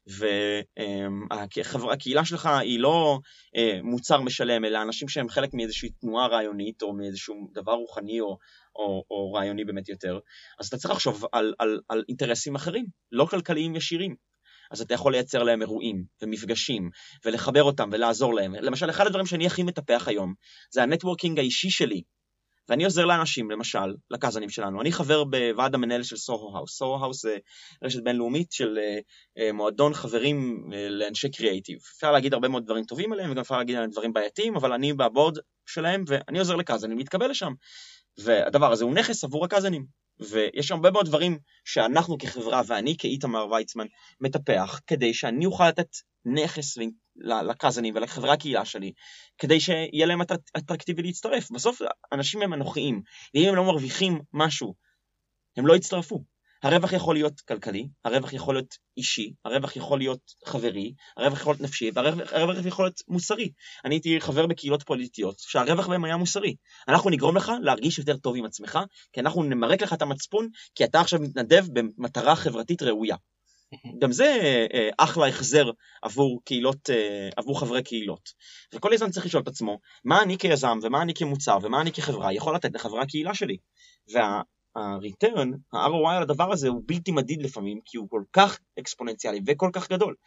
והקהילה שלך היא לא מוצר משלם, אלא אנשים שהם חלק מאיזושהי תנועה רעיונית, או מאיזשהו דבר רוחני, או רעיוני באמת יותר, אז אתה צריך לחשוב על אינטרסים אחרים, לא כלכליים ישירים. אז אתה יכול לייצר להם אירועים ומפגשים, ולחבר אותם ולעזור להם. למשל, אחד הדברים שאני הכי מטפח היום, זה הנטוורקינג האישי שלי, ואני עוזר לאנשים, למשל, לקאזנים שלנו. אני חבר בוועד המנהל של סוהו האוס. סוהו האוס זה רשת בינלאומית של מועדון חברים לאנשי קריאייטיב. אפשר להגיד הרבה מאוד דברים טובים עליהם, וגם אפשר להגיד עליהם דברים בעייתיים, אבל אני בבורד שלהם, ואני עוזר לקאזנים להתקבל לשם. והדבר הזה הוא נכס עבור הקאזנים. ויש הרבה מאוד דברים שאנחנו כחברה, ואני כאיתמר ויצמן, מטפח, כדי שאני אוכל לתת נכס לקאזנים ולחברה הקהילה שלי, כדי שיהיה להם אטרקטיבי להצטרף. בסוף אנשים הם אנוכיים, ואם הם לא מרוויחים משהו, הם לא יצטרפו. הרווח יכול להיות כלכלי, הרווח יכול להיות אישי, הרווח יכול להיות חברי, הרווח יכול להיות נפשי, והרווח יכול להיות מוסרי. אני הייתי חבר בקהילות פוליטיות, שהרווח בהם היה מוסרי. אנחנו נגרום לך להרגיש יותר טוב עם עצמך, כי אנחנו נמרק לך את המצפון, כי אתה עכשיו מתנדב במטרה חברתית ראויה. גם זה אחלה החזר עבור קהילות, עבור חברי קהילות. וכל יזם צריך לשאול את עצמו, מה אני כיזם, ומה אני כמוצר, ומה אני כחברה, יכול לתת לחברי הקהילה שלי. הריטרן, ה-ROI על הדבר הזה הוא בלתי מדיד לפעמים, כי הוא כל כך אקספוננציאלי וכל כך גדול.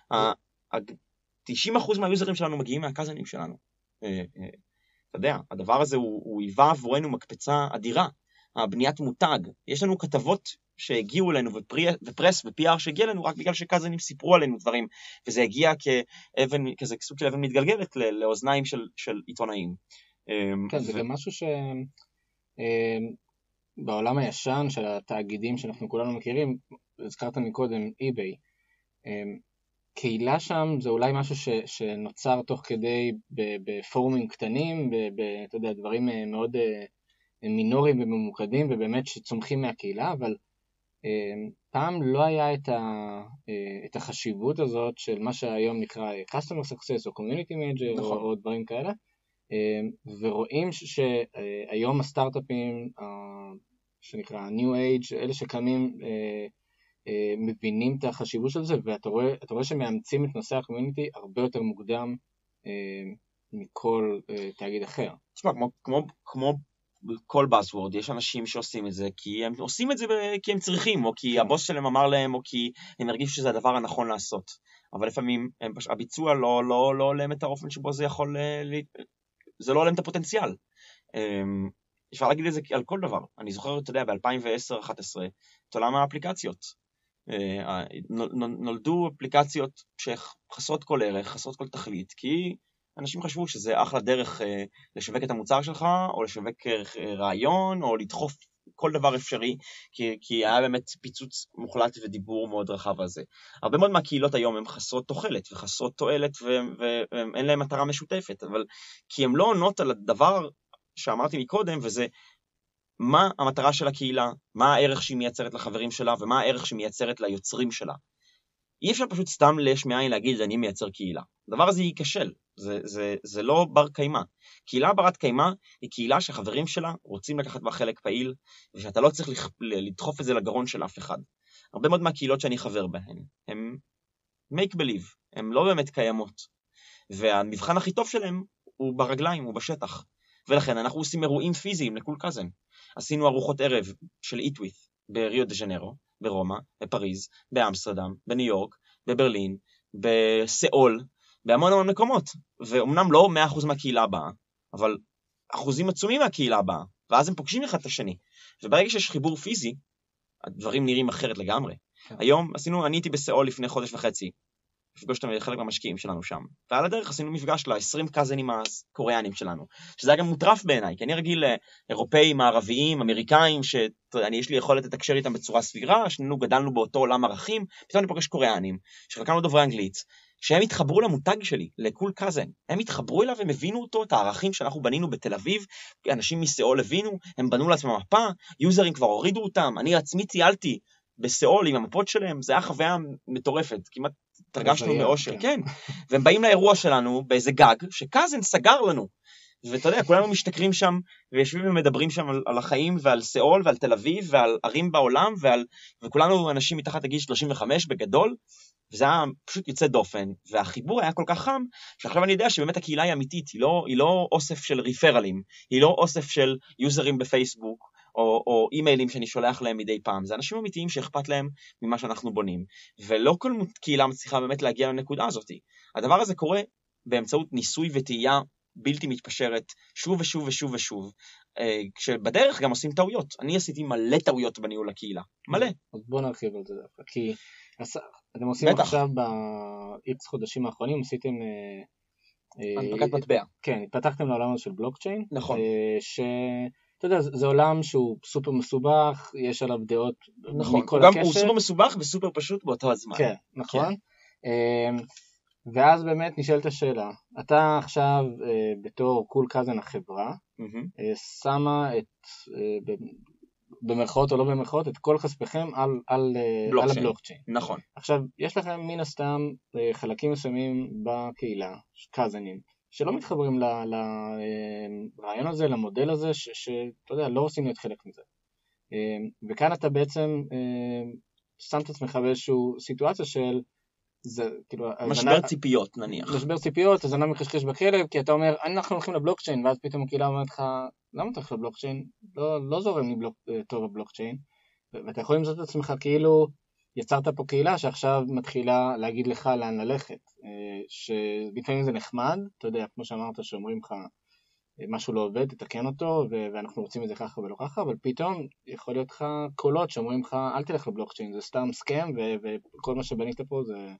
90% מהיוזרים שלנו מגיעים מהקאזנים שלנו. אתה יודע, הדבר הזה הוא היווה עבורנו מקפצה אדירה. הבניית מותג, יש לנו כתבות שהגיעו אלינו, ופרס ו-PR שהגיע אלינו רק בגלל שקאזנים סיפרו עלינו דברים, וזה הגיע כזה סוג של אבן מתגלגלת לאוזניים של עיתונאים. כן, זה גם משהו בעולם הישן של התאגידים שאנחנו כולנו מכירים, הזכרת מקודם eBay, קהילה שם זה אולי משהו שנוצר תוך כדי בפורומים קטנים, אתה יודע, דברים מאוד מינוריים וממוקדים, ובאמת שצומחים מהקהילה, אבל פעם לא היה את החשיבות הזאת של מה שהיום נקרא Customer Success או Community Manager או דברים כאלה, ורואים שהיום הסטארט-אפים שנקרא New Age, אלה שקמים מבינים את החשיבות של זה, ואתה רואה שמאמצים את נושא הקומיוניטי הרבה יותר מוקדם מכל תאגיד אחר. תשמע, כמו כל buzzword, יש אנשים שעושים את זה, כי הם עושים את זה כי הם צריכים, או כי הבוס שלהם אמר להם, או כי הם הרגישו שזה הדבר הנכון לעשות. אבל לפעמים הביצוע לא עולם את האופן שבו זה יכול, זה לא עולם את הפוטנציאל. אפשר להגיד את זה על כל דבר. אני זוכר, אתה יודע, ב-2010-2011, את עולם האפליקציות. נולדו אפליקציות שחסרות כל ערך, חסרות כל תכלית, כי אנשים חשבו שזה אחלה דרך לשווק את המוצר שלך, או לשווק רעיון, או לדחוף כל דבר אפשרי, כי היה באמת פיצוץ מוחלט ודיבור מאוד רחב על זה. הרבה מאוד מהקהילות היום הן חסרות תוחלת וחסרות תועלת, ואין להן מטרה משותפת, אבל כי הן לא עונות על הדבר שאמרתי מקודם, וזה מה המטרה של הקהילה, מה הערך שהיא מייצרת לחברים שלה, ומה הערך שהיא מייצרת ליוצרים שלה. אי אפשר פשוט סתם יש מאין להגיד אני מייצר קהילה. הדבר הזה ייכשל, זה לא בר קיימה. קהילה ברת קיימה היא קהילה שהחברים שלה רוצים לקחת בה חלק פעיל, ושאתה לא צריך לדחוף את זה לגרון של אף אחד. הרבה מאוד מהקהילות שאני חבר בהן, הם make believe, הם לא באמת קיימות. והמבחן הכי טוב שלהם הוא ברגליים, הוא בשטח. ולכן אנחנו עושים אירועים פיזיים לקול קזן. עשינו ארוחות ערב של Eat With בריו דה ז'נרו, ברומא, בפריז, באמסטרדם, בניו יורק, בברלין, בסיאול, בהמון המון מקומות. ואומנם לא 100% מהקהילה הבאה, אבל אחוזים עצומים מהקהילה הבאה, ואז הם פוגשים אחד את השני. וברגע שיש חיבור פיזי, הדברים נראים אחרת לגמרי. היום אני הייתי בסיאול לפני חודש וחצי, לפגוש את חלק מהמשקיעים שלנו שם. ועל הדרך עשינו מפגש ל-20 קזנים הקוריאנים שלנו, שזה היה גם מוטרף בעיניי, כי אני רגיל אירופאים, ערביים, אמריקאים, יש לי יכולת לתקשר איתם בצורה סבירה, שנינו גדלנו באותו עולם ערכים, פתאום אני פוגש קוריאנים, שחלקם לא דוברי אנגלית, שהם התחברו למותג שלי, לקול קזן. הם התחברו אליו והם הבינו אותו, את הערכים שאנחנו בנינו בתל אביב, אנשים מסיאול הבינו, הם בנו לעצמם מפה, יוזרים כבר הורידו אותם, אני עצמי טיילתי בסיאול עם המפות שלהם, זה היה חוויה מטורפת, כמעט תרגשנו מאושר, כן. והם באים לאירוע שלנו באיזה גג, שקזן סגר לנו, ואתה יודע, כולנו משתכרים שם, ויושבים ומדברים שם על החיים, ועל סיאול, ועל תל אביב, ועל ערים בעולם, וכולנו אנשים מתחת לגיל 35 בגדול, וזה היה פשוט יוצא דופן, והחיבור היה כל כך חם, שעכשיו אני יודע שבאמת הקהילה היא אמיתית, היא לא אוסף של ריפרלים, היא לא אוסף של יוזרים בפייסבוק, או אימיילים שאני שולח להם מדי פעם, זה אנשים אמיתיים שאכפת להם ממה שאנחנו בונים, ולא כל קהילה מצליחה באמת להגיע לנקודה הזאת. הדבר הזה קורה באמצעות ניסוי וטעייה בלתי מתפשרת, שוב ושוב ושוב ושוב, כשבדרך גם עושים טעויות. אני עשיתי מלא טעויות בניהול הקהילה, מלא. אז בוא נרחיב על זה דווקא, כי אתם עושים עכשיו ב-X חודשים האחרונים, עשיתם הנפקת מטבע. כן, התפתחתם לעולם הזה של בלוקצ'יין. נכון. אתה יודע, זה עולם שהוא סופר מסובך, יש עליו דעות נכון. מכל גם הקשר. הוא סופר מסובך וסופר פשוט באותו הזמן. כן, נכון. ואז באמת נשאלת השאלה, אתה עכשיו בתור קול קזן החברה, שמה במרכאות או לא במרכאות, את כל כספכם על הבלוקצ'יין. נכון. עכשיו, יש לכם מן הסתם חלקים מסוימים בקהילה, קזנים, שלא מתחברים לרעיון הזה, למודל הזה, שאתה יודע, לא רוצים להיות חלק מזה. וכאן אתה בעצם שם את עצמך באיזושהי סיטואציה של, כאילו, משבר ציפיות נניח. משבר ציפיות, אז אני מחשקש בכלב, כי אתה אומר, אנחנו הולכים לבלוקצ'יין, ואז פתאום הקהילה אומרת לך, למה אתה הולך לבלוקצ'יין? לא זורם לי טוב הבלוקצ'יין, ואתה יכול למצוא את עצמך כאילו, יצרת פה קהילה שעכשיו מתחילה להגיד לך לאן ללכת, שלפעמים זה נחמד, אתה יודע, כמו שאמרת, שאומרים לך, משהו לא עובד, תתקן אותו, ואנחנו רוצים את זה ככה ולא ככה, אבל פתאום יכול להיות לך קולות שאומרים לך, אל תלך לבלוקצ'יין, זה סתם סקם, וכל מה שבנית פה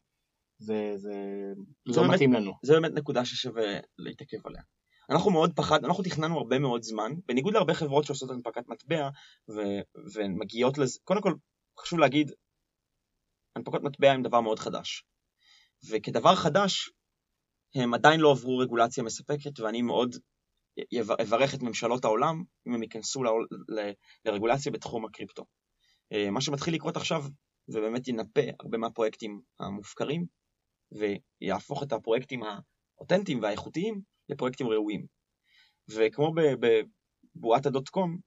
זה לא מתאים לנו. זה באמת נקודה ששווה להתעכב עליה. אנחנו תכננו הרבה מאוד זמן, בניגוד להרבה חברות שעושות הנפקת מטבע, ומגיעות לזה, קודם כל, חשוב להגיד, הנפקות מטבע הם דבר מאוד חדש. וכדבר חדש, הם עדיין לא עברו רגולציה מספקת, ואני מאוד אברך את ממשלות העולם, אם הם ייכנסו לרגולציה בתחום הקריפטו. מה שמתחיל לקרות עכשיו, זה באמת ינפה הרבה מהפרויקטים המופקרים, ויהפוך את הפרויקטים האותנטיים והאיכותיים לפרויקטים ראויים. וכמו בבועת הדוט-קום,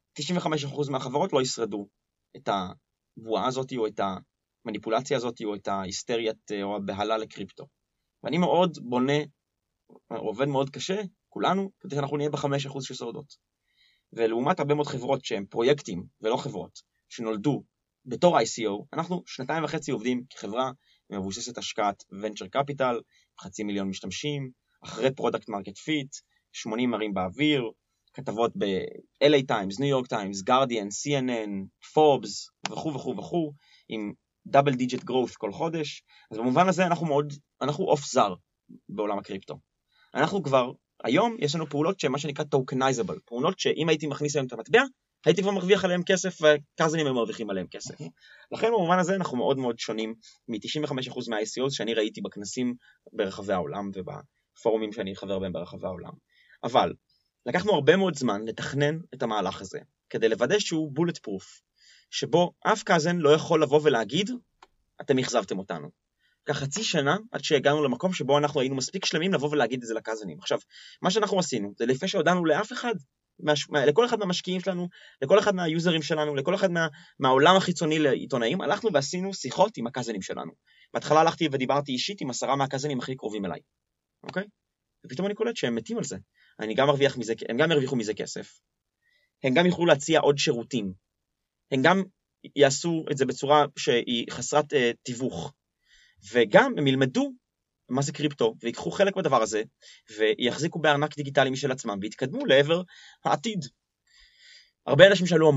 95% מהחברות לא ישרדו את הבועה הזאת, או את המניפולציה הזאת, או את ההיסטריית, או הבהלה לקריפטו. ואני מאוד בונה, עובד מאוד קשה, כולנו, כדי שאנחנו נהיה ב5% ששורדות. ולעומת הרבה מאוד חברות שהן פרויקטים ולא חברות, שנולדו בתור ICO, אנחנו 2.5 עובדים כחברה מבוססת השקעת Venture Capital, 500,000 משתמשים, אחרי Product Market Fit, 80 ערים באוויר, כתבות ב-LA Times, New York Times, Guardian, CNN, Forbes וכו' וכו' וכו', עם double digit growth כל חודש. אז במובן הזה אנחנו אוף זר בעולם הקריפטו. אנחנו כבר, היום יש לנו פעולות שהן מה שנקרא tokenizable, פעולות שאם הייתי מכניס היום את המטבע, הייתי כבר מרוויח עליהם כסף, וקאזנים הם מרוויחים עליהם כסף. לכן במובן הזה אנחנו מאוד מאוד שונים מ-95% מה-ICOs שאני ראיתי בכנסים ברחבי העולם, ובפורומים שאני חבר בהם ברחבי העולם. אבל לקחנו הרבה מאוד זמן לתכנן את המהלך הזה, כדי לוודא שהוא bullet proof, שבו אף קאזן לא יכול לבוא ולהגיד, אתם אכזבתם אותנו. כך חצי שנה עד שהגענו למקום שבו אנחנו היינו מספיק שלמים לבוא ולהגיד את זה לקאזנים. עכשיו, מה שאנחנו עשינו, זה לפני שהודענו לאף אחד, לכל אחד מהמשקיעים שלנו, לכל אחד מהיוזרים שלנו, לכל אחד מהעולם החיצוני לעיתונאים, הלכנו ועשינו שיחות עם הקאזנים שלנו. בהתחלה הלכתי ודיברתי אישית עם 10 מהקאזנים הכי קרובים אליי. אוקיי? ופתאום אני קולט שהם מתים על זה. הם גם ירוויחו מזה כסף. הם גם יוכלו להציע עוד שירותים. הם גם יעשו את זה בצורה שהיא חסרת תיווך. וגם הם ילמדו מה זה קריפטו, ויקחו חלק בדבר הזה, ויחזיקו בארנק דיגיטלי משל עצמם, ויתקדמו לעבר העתיד. הרבה אנשים שאלו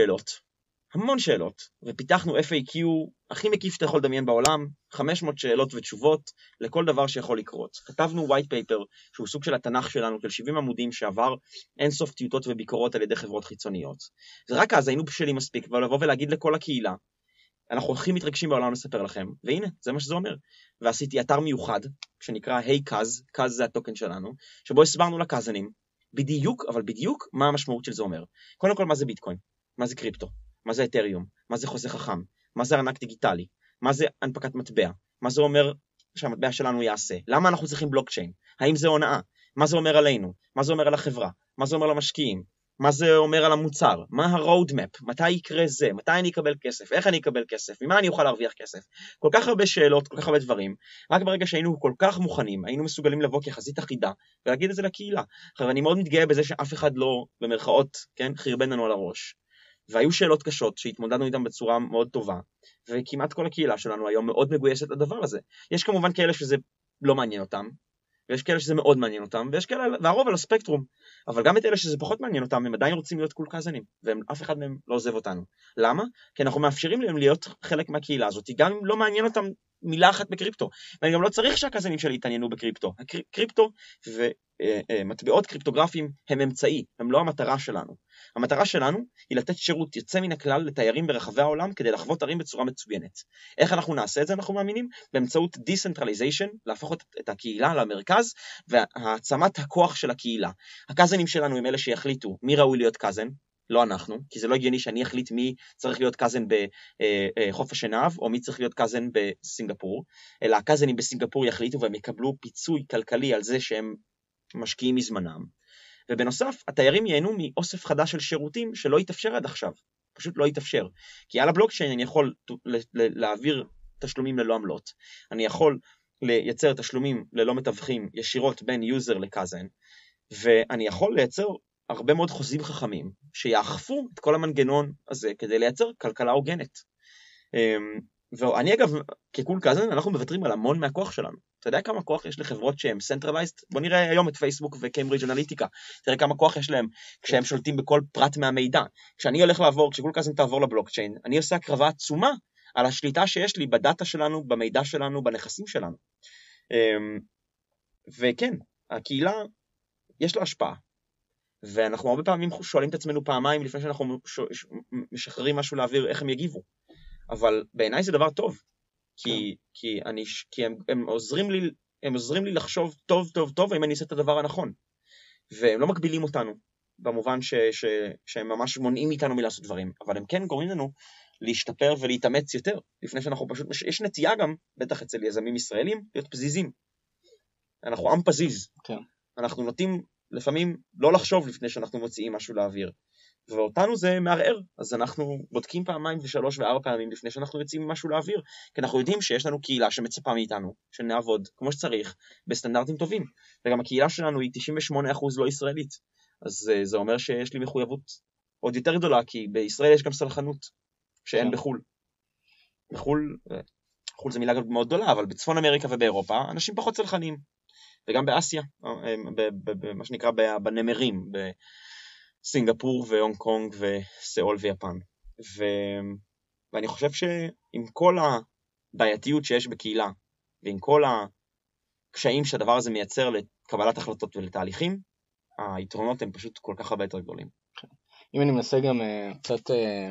המון שאלות, ופיתחנו FAQ הכי מקיף שאתה יכול לדמיין בעולם, 500 שאלות ותשובות לכל דבר שיכול לקרות. כתבנו white paper, שהוא סוג של התנ"ך שלנו, של 70 עמודים שעבר אינסוף טיוטות וביקורות על ידי חברות חיצוניות. ורק אז היינו בשלים מספיק, ולבוא ולהגיד לכל הקהילה, אנחנו הכי מתרגשים בעולם לספר לכם, והנה, זה מה שזה אומר. ועשיתי אתר מיוחד, שנקרא Hey Kaz, Kaz זה הטוקן שלנו, שבו הסברנו לקאזנים, בדיוק מה המשמעות של זה אומר. קודם כל, מה זה ביטקוין? מה זה קריפטו? מה זה אתריום? מה זה חוזה חכם? מה זה ארנק דיגיטלי? מה זה הנפקת מטבע? מה זה אומר שהמטבע שלנו יעשה? למה אנחנו צריכים בלוקצ'יין? האם זה הונאה? מה זה אומר עלינו? מה זה אומר על החברה? מה זה אומר למשקיעים? מה זה אומר על המוצר? מה הרודמפ? מתי יקרה זה? מתי אני אקבל כסף? איך אני אקבל כסף? ממה אני אוכל להרוויח כסף? כל כך הרבה שאלות, כל כך הרבה דברים. רק ברגע שהיינו כל כך מוכנים, היינו מסוגלים לבוא כחזית אחידה, ולהגיד את זה לקהילה. עכשיו, אני מאוד מתגאה בזה שאף אחד לא, במרכאות, כן, חרבן לנו על הראש. והיו שאלות קשות שהתמודדנו איתן בצורה מאוד טובה, וכמעט כל הקהילה שלנו היום מאוד מגויסת לדבר הזה. יש כמובן כאלה שזה לא מעניין אותם, ויש כאלה שזה מאוד מעניין אותם, ויש כאלה, והרוב על הספקטרום, אבל גם את אלה שזה פחות מעניין אותם, הם עדיין רוצים להיות קול קאזנים, ואף אחד מהם לא עוזב אותנו. למה? כי אנחנו מאפשרים להם להיות חלק מהקהילה הזאת, גם אם לא מעניין אותם מילה אחת בקריפטו, ואני גם לא צריך שהקאזנים שלי יתעניינו בקריפטו. קריפטו ומטבעות קריפטוגרפיים הם אמצעי, הם לא המטרה שלנו. המטרה שלנו היא לתת שירות יוצא מן הכלל לתיירים ברחבי העולם כדי לחוות ערים בצורה מצוינת. איך אנחנו נעשה את זה, אנחנו מאמינים? באמצעות decentralization, להפוך את הקהילה למרכז, והעצמת הכוח של הקהילה. הקאזנים שלנו הם אלה שיחליטו מי ראוי להיות קאזן, לא אנחנו, כי זה לא הגיוני שאני אחליט מי צריך להיות קאזן בחוף השנהב, או מי צריך להיות קאזן בסינגפור, אלא הקאזנים בסינגפור יחליטו והם יקבלו פיצוי כלכלי על זה שהם משקיעים מזמנם. ובנוסף, התיירים ייהנו מאוסף חדש של שירותים שלא יתאפשר עד עכשיו, פשוט לא יתאפשר. כי על הבלוקצ'יין אני יכול להעביר תשלומים ללא עמלות, אני יכול לייצר תשלומים ללא מתווכים ישירות בין יוזר לקאזן, ואני יכול לייצר הרבה מאוד חוזים חכמים שיאכפו את כל המנגנון הזה כדי לייצר כלכלה הוגנת. ואני אגב, כקול קאזן, אנחנו מוותרים על המון מהכוח שלנו. אתה יודע כמה כוח יש לחברות שהן centralized? בוא נראה היום את פייסבוק וקיימברידג' אנליטיקה. תראה כמה כוח יש להם כשהם שולטים בכל פרט מהמידע. כשקול קאזן תעבור לבלוקצ'יין, אני עושה הקרבה עצומה על השליטה שיש לי בדאטה שלנו, במידע שלנו, בנכסים שלנו. וכן, הקהילה יש לה השפעה. ואנחנו הרבה פעמים שואלים את עצמנו פעמיים לפני שאנחנו משחררים משהו לאוויר, איך הם יגיבו. אבל בעיניי זה דבר טוב, כי הם עוזרים לי לחשוב טוב אם אני אעשה את הדבר הנכון. והם לא מגבילים אותנו, במובן שהם ממש מונעים מאיתנו מלעשות דברים, אבל הם כן גורמים לנו להשתפר ולהתאמץ יותר, לפני שאנחנו פשוט, יש נטייה גם, בטח אצל יזמים ישראלים, להיות פזיזים. אנחנו עם פזיז. כן. אנחנו נוטים לפעמים לא לחשוב לפני שאנחנו מוציאים משהו לאוויר. ואותנו זה מערער, אז אנחנו בודקים פעמיים ו3 ו4 פעמים לפני שאנחנו יוצאים משהו לאוויר, כי אנחנו יודעים שיש לנו קהילה שמצפה מאיתנו, שנעבוד כמו שצריך, בסטנדרטים טובים, וגם הקהילה שלנו היא 98% לא ישראלית, אז זה אומר שיש לי מחויבות עוד יותר גדולה, כי בישראל יש גם סלחנות, שאין בחול. בחול זה מילה מאוד גדולה, אבל בצפון אמריקה ובאירופה, אנשים פחות סלחנים, וגם באסיה, במה שנקרא בנמרים, סינגפור והונג קונג וסיאול ויפן. ואני חושב שעם כל הבעייתיות שיש בקהילה, ועם כל הקשיים שהדבר הזה מייצר לקבלת החלטות ולתהליכים, היתרונות הם פשוט כל כך הרבה יותר גדולים. אם אני מנסה גם קצת,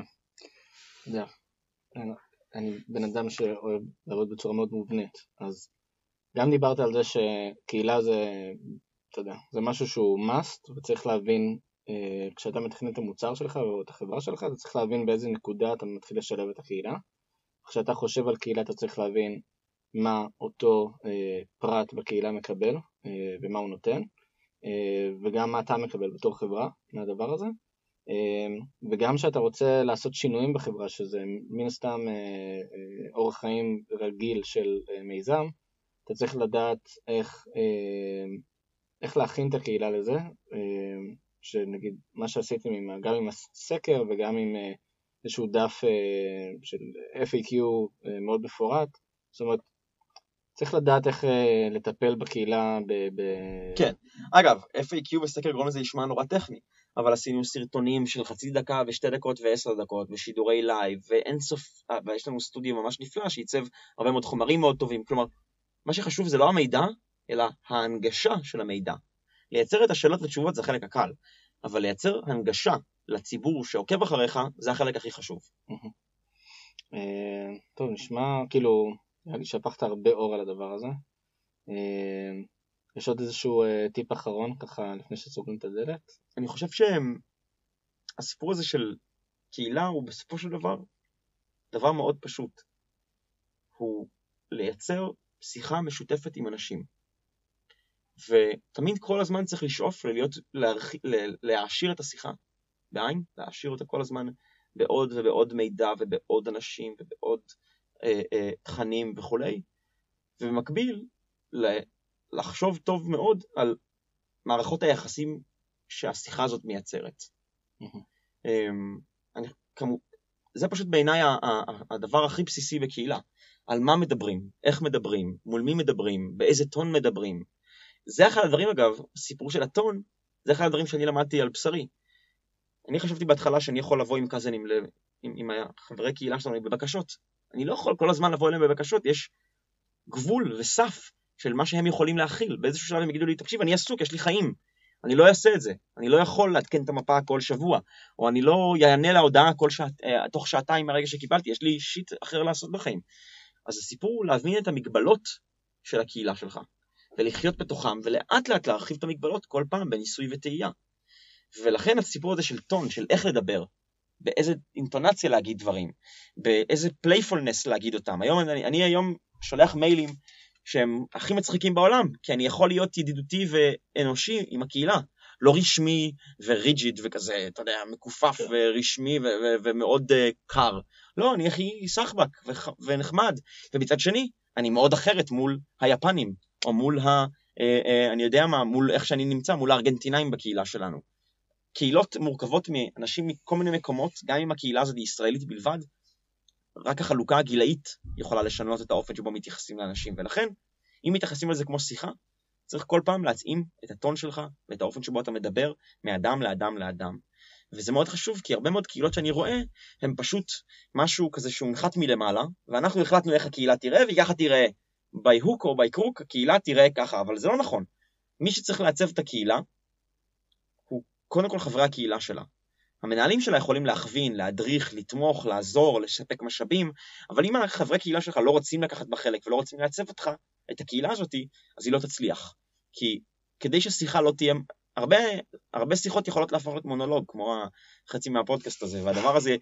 אני בן אדם שאוהב לעבוד בצורה מאוד מובנית, אז גם דיברת על זה שקהילה זה, אתה יודע, זה משהו שהוא must, וצריך להבין, כשאתה מתכנן את המוצר שלך או את החברה שלך, אתה צריך להבין באיזה נקודה אתה מתחיל לשלב את הקהילה. כשאתה חושב על קהילה, אתה צריך להבין מה אותו פרט בקהילה מקבל, ומה הוא נותן, וגם מה אתה מקבל בתור חברה מהדבר הזה. וגם שאתה רוצה לעשות שינויים בחברה, שזה מן הסתם אורח חיים רגיל של מיזם, אתה צריך לדעת איך להכין את הקהילה לזה, שנגיד מה שעשיתם גם עם הסקר וגם עם איזשהו דף של FAQ מאוד מפורט, זאת אומרת, צריך לדעת איך לטפל בקהילה כן, אגב, FAQ בסקר גורם לזה ישמע נורא טכני, אבל עשינו סרטונים של חצי דקה ו2 דקות ו10 דקות ושידורי לייב ואין סוף, ויש לנו סטודיו ממש נפלא שייצב הרבה מאוד חומרים מאוד טובים, כלומר, מה שחשוב זה לא המידע, אלא ההנגשה של המידע. לייצר את השאלות ותשובות זה החלק הקל, אבל לייצר הנגשה לציבור שעוקב אחריך, זה החלק הכי חשוב. טוב, נשמע כאילו, אני שפכת הרבה אור על הדבר הזה. יש עוד איזשהו טיפ אחרון ככה לפני שסוגרים את הדלת? אני חושב שהסיפור הזה של קהילה הוא בסופו של דבר מאוד פשוט. הוא לייצר שיחה משותפת עם אנשים. ותמיד כל הזמן צריך לשאוף להעשיר את השיחה בעין, להעשיר אותה כל הזמן בעוד ובעוד מידע ובעוד אנשים ובעוד תכנים וכו'. ובמקביל לחשוב טוב מאוד על מערכות היחסים שהשיחה הזאת מייצרת. זה פשוט בעיניי הדבר הכי בסיסי בקהילה. על מה מדברים, איך מדברים, מול מי מדברים, באיזה טון מדברים. זה אחד הדברים, אגב, הסיפור של הטון, זה אחד הדברים שאני למדתי על בשרי. אני חשבתי בהתחלה שאני יכול לבוא עם קזנים, עם חברי קהילה שלנו בבקשות. אני לא יכול כל הזמן לבוא אליהם בבקשות, יש גבול וסף של מה שהם יכולים להכיל. באיזשהו שלב הם יגידו לי, תקשיב, אני עסוק, יש לי חיים. אני לא אעשה את זה. אני לא יכול לעדכן את המפה כל שבוע, או אני לא יענה להודעה תוך שעתיים מהרגע שקיבלתי, יש לי שיט אחר לעשות בחיים. אז הסיפור הוא להבין את המגבלות של הקהילה שלך, ולחיות בתוכם, ולאט לאט להרחיב את המגבלות כל פעם בניסוי וטעייה. ולכן הסיפור הזה של טון, של איך לדבר, באיזה אינטונציה להגיד דברים, באיזה פלייפולנס להגיד אותם. אני היום שולח מיילים שהם הכי מצחיקים בעולם, כי אני יכול להיות ידידותי ואנושי עם הקהילה, לא רשמי וריג'יד וכזה, אתה יודע, מקופף ורשמי ומאוד קר. לא, אני הכי סחבק ונחמד. ומצד שני, אני מאוד אחרת מול היפנים, או מול אני יודע מה, מול איך שאני נמצא, מול הארגנטינאים בקהילה שלנו. קהילות מורכבות מאנשים מכל מיני מקומות, גם אם הקהילה הזאת היא ישראלית בלבד, רק החלוקה הגילאית יכולה לשנות את האופן שבו מתייחסים לאנשים, ולכן, אם מתייחסים לזה כמו שיחה, צריך כל פעם להתאים את הטון שלך, ואת האופן שבו אתה מדבר, מאדם לאדם לאדם. וזה מאוד חשוב, כי הרבה מאוד קהילות שאני רואה, הם פשוט משהו כזה שהוא נחת מלמעלה, ואנחנו החלטנו איך הקהילה תראה, והיא ככה תראה. by hook או by crook, הקהילה תראה ככה, אבל זה לא נכון. מי שצריך לעצב את הקהילה, הוא קודם כל חברי הקהילה שלה. המנהלים שלה יכולים להכווין, להדריך, לתמוך, לעזור, לשפק משאבים, אבל אם החברי קהילה שלך לא רוצים לקחת בחלק ולא רוצים לעצב אותך, את הקהילה הזאת, אז היא לא תצליח. כי כדי ששיחה לא תהיה, הרבה שיחות יכולות להפוך להיות מונולוג, כמו חצי מהפודקאסט הזה, והדבר הזה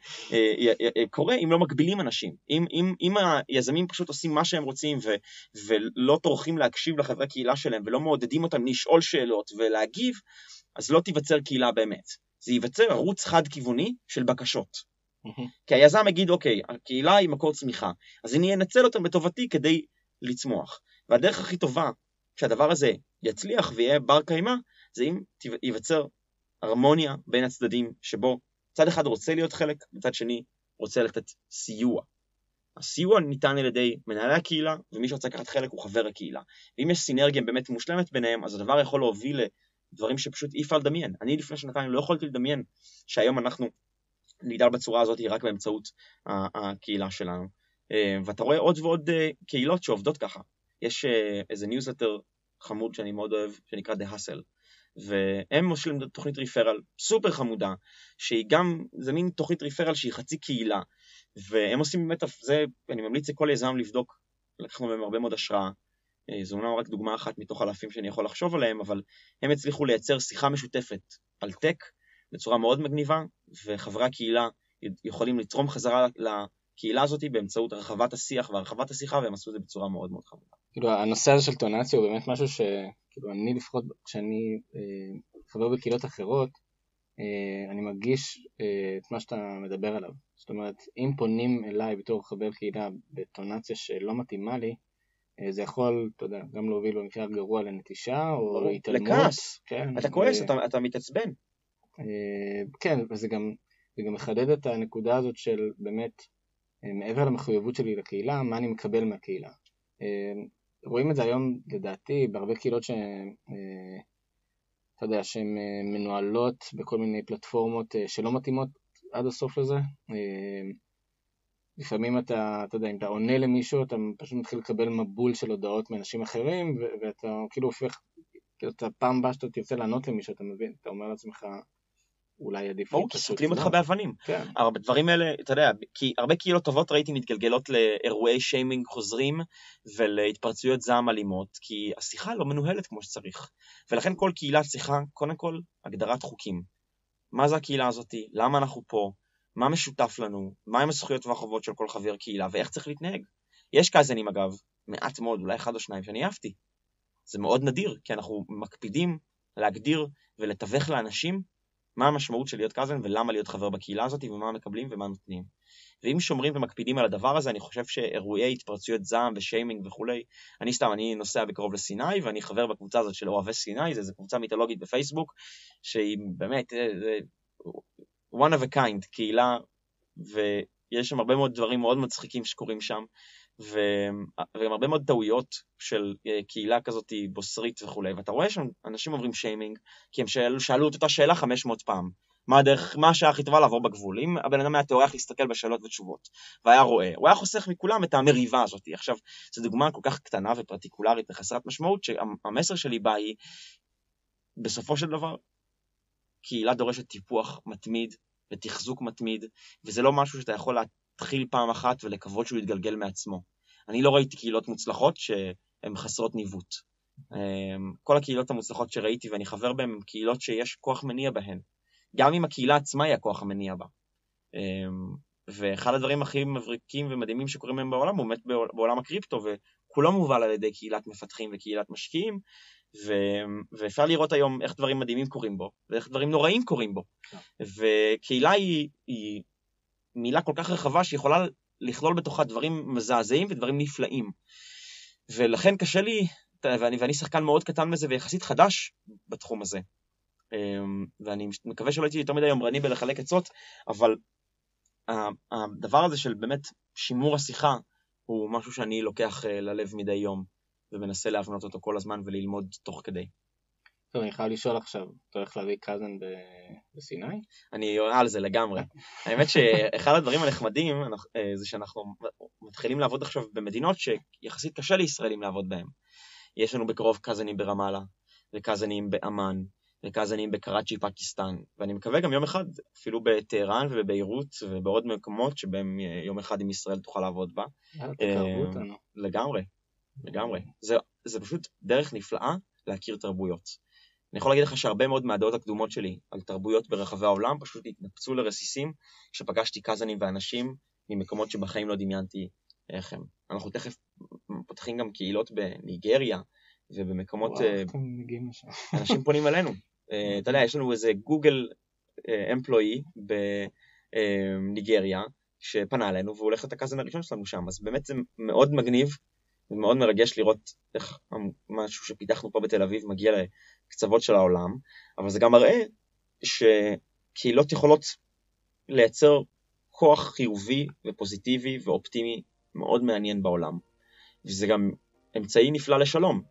קורה אם לא מגבילים אנשים. אם היזמים פשוט עושים מה שהם רוצים, ולא טורחים להקשיב לחברי קהילה שלהם, ולא מעודדים אותם לשאול שאלות ולהגיב, אז לא תיווצר קהילה באמת. זה ייווצר ערוץ חד-כיווני של בקשות. כי היזם יגיד, אוקיי, הקהילה היא מקור צמיחה, אז אני אנצל אותם בטובתי כדי לצמוח. והדרך הכי טובה שהדבר הזה יצליח ויהיה בר קיימא, זה אם ייווצר הרמוניה בין הצדדים, שבו צד אחד רוצה להיות חלק, מצד שני רוצה לתת סיוע. הסיוע ניתן על ידי מנהלי הקהילה, ומי שרוצה לקחת חלק הוא חבר הקהילה. ואם יש סינרגיה באמת מושלמת ביניהם, אז הדבר יכול להוביל לדברים שפשוט אי אפשר לדמיין. אני לפני שנתיים לא יכולתי לדמיין שהיום אנחנו נגדל בצורה הזאת רק באמצעות הקהילה שלנו. ואתה רואה עוד ועוד קהילות שעובדות ככה. יש איזה ניוזלטר חמוד שאני מאוד אוהב, שנקרא The Hustle. והם מושלים תוכנית ריפרל סופר חמודה, שהיא גם, זה מין תוכנית ריפרל שהיא חצי קהילה, והם עושים באמת, זה, אני ממליץ לכל יזם לבדוק, לקחנו בהם הרבה מאוד השראה, זו אומנם רק דוגמה אחת מתוך אלפים שאני יכול לחשוב עליהם, אבל הם הצליחו לייצר שיחה משותפת על טק, בצורה מאוד מגניבה, וחברי הקהילה יכולים לתרום חזרה לקהילה הזאת באמצעות הרחבת השיח והרחבת השיחה, והם עשו את זה בצורה מאוד מאוד חמודה. כאילו, הנושא הזה של טונציה הוא באמת משהו שכאילו, אני לפחות, כשאני חבר בקהילות אחרות, אני מרגיש את מה שאתה מדבר עליו. זאת אומרת, אם פונים אליי בתור חבר קהילה בטונציה שלא מתאימה לי, זה יכול, אתה יודע, גם להוביל במקרה הגרוע לנטישה, או התעלמות. לכעס. כן, אתה כועס, אתה מתעצבן. כן, וזה גם מחדד את הנקודה הזאת של באמת, מעבר למחויבות שלי לקהילה, מה אני מקבל מהקהילה. רואים את זה היום, לדעתי, בהרבה קהילות אתה יודע, שהן מנוהלות בכל מיני פלטפורמות שלא מתאימות עד הסוף לזה. לפעמים אתה יודע, אם אתה עונה למישהו, אתה פשוט מתחיל לקבל מבול של הודעות מאנשים אחרים, ואתה כאילו הופך, אתה פעם הבאה שאתה תרצה לענות למישהו, אתה מבין, אתה אומר לעצמך, אולי עדיף כי סותלים אותך באבנים. כן. הרבה דברים האלה, אתה יודע, כי הרבה קהילות טובות ראיתי מתגלגלות לאירועי שיימינג חוזרים, ולהתפרצויות זעם אלימות, כי השיחה לא מנוהלת כמו שצריך. ולכן כל קהילה צריכה, קודם כל, הגדרת חוקים. מה זה הקהילה הזאת? למה אנחנו פה? מה משותף לנו? מה הם הזכויות והחובות של כל חבר קהילה? ואיך צריך להתנהג? יש קייזנים אגב, מעט מאוד, אולי 1 או 2 שאני אהבתי. זה מאוד נדיר, כי אנחנו מקפידים להגדיר ולתווך לאנשים מה המשמעות של להיות קייזן ולמה להיות חבר בקהילה הזאת ומה מקבלים ומה נותנים. ואם שומרים ומקפידים על הדבר הזה, אני חושב שאירועי התפרצויות זעם ושיימינג וכולי, אני נוסע בקרוב לסיני ואני חבר בקבוצה הזאת של אוהבי סיני, זו קבוצה מיתולוגית בפייסבוק, שהיא באמת one of a kind, קהילה, ויש שם הרבה מאוד דברים מאוד מצחיקים שקורים שם, וגם הרבה מאוד טעויות של קהילה כזאת בוסרית וכו'. ואתה רואה שם אנשים עוברים שיימינג, כי הם שאלו את אותה שאלה 500 פעם. מה השעה הכי טובה לעבור בגבול? אם הבן אדם היה טורח להסתכל בשאלות ותשובות, והיה רואה, הוא היה חוסך מכולם את המריבה הזאת. עכשיו, זו דוגמה כל כך קטנה ופרטיקולרית וחסרת משמעות, שהמסר שלי בה היא, בסופו של דבר, קהילה דורשת טיפוח מתמיד ותחזוק מתמיד, וזה לא משהו שאתה יכול להתחיל פעם אחת ולקוות שהוא יתגלגל מעצמו. אני לא ראיתי קהילות מוצלחות שהן חסרות ניווט. כל הקהילות המוצלחות שראיתי ואני חבר בהן, הן קהילות שיש כוח מניע בהן. גם אם הקהילה עצמה היא הכוח המניע בה. ואחד הדברים הכי מבריקים ומדהימים שקורים להם בעולם, הוא באמת בעולם הקריפטו, וכולו מובל על ידי קהילת מפתחים וקהילת משקיעים, ואפשר לראות היום איך דברים מדהימים קורים בו, ואיך דברים נוראים קורים בו. וקהילה היא מילה כל כך רחבה שיכולה לכלול בתוכה דברים מזעזעים ודברים נפלאים. ולכן קשה לי, ואני שחקן מאוד קטן בזה ויחסית חדש בתחום הזה. ואני מקווה שלא הייתי יותר מדי יומרני בלחלק עצות, אבל הדבר הזה של באמת שימור השיחה הוא משהו שאני לוקח ללב מדי יום, ומנסה להבנות אותו כל הזמן וללמוד תוך כדי. טוב, אני חייב לשאול עכשיו, אתה הולך להביא קייזן בסיני? אני על זה לגמרי. האמת שאחד הדברים הנחמדים זה שאנחנו מתחילים לעבוד עכשיו במדינות שיחסית קשה לישראלים לעבוד בהם. יש לנו בקרוב קייזנים ברמאללה, וקייזנים באמן, וקייזנים בקראצ'י, פקיסטן, ואני מקווה גם יום אחד, אפילו בטהרן ובביירות ובעוד מקומות שבהם יום אחד עם ישראל תוכל לעבוד בה. תקרבו אותנו. לגמרי. זה פשוט דרך נפלאה להכיר תרבויות. אני יכול להגיד לך שהרבה מאוד מהדעות הקדומות שלי על תרבויות ברחבי העולם פשוט התנפצו לרסיסים כשפגשתי קייזנים ואנשים ממקומות שבחיים לא דמיינתי איך הם. אנחנו תכף פותחים גם קהילות בניגריה ובמקומות... אנשים פונים אלינו. אתה יודע, יש לנו איזה גוגל אמפלואי בניגריה שפנה אלינו והוא הולך את הקייזן הראשון שלנו שם. אז באמת זה מאוד מגניב ומאוד מרגש לראות איך משהו שפיתחנו פה בתל אביב מגיע לקצוות של העולם, אבל זה גם מראה שקהילות יכולות לייצר כוח חיובי ופוזיטיבי ואופטימי מאוד מעניין בעולם. וזה גם אמצעי נפלא לשלום.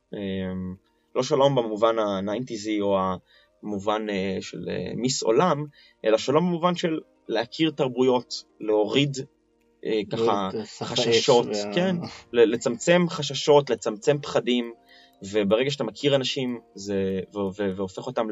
לא שלום במובן ה-90s או המובן של מיס עולם, אלא שלום במובן של להכיר תרבויות, להוריד ככה חששות, כן, לצמצם חששות, לצמצם פחדים, וברגע שאתה מכיר אנשים והופך אותם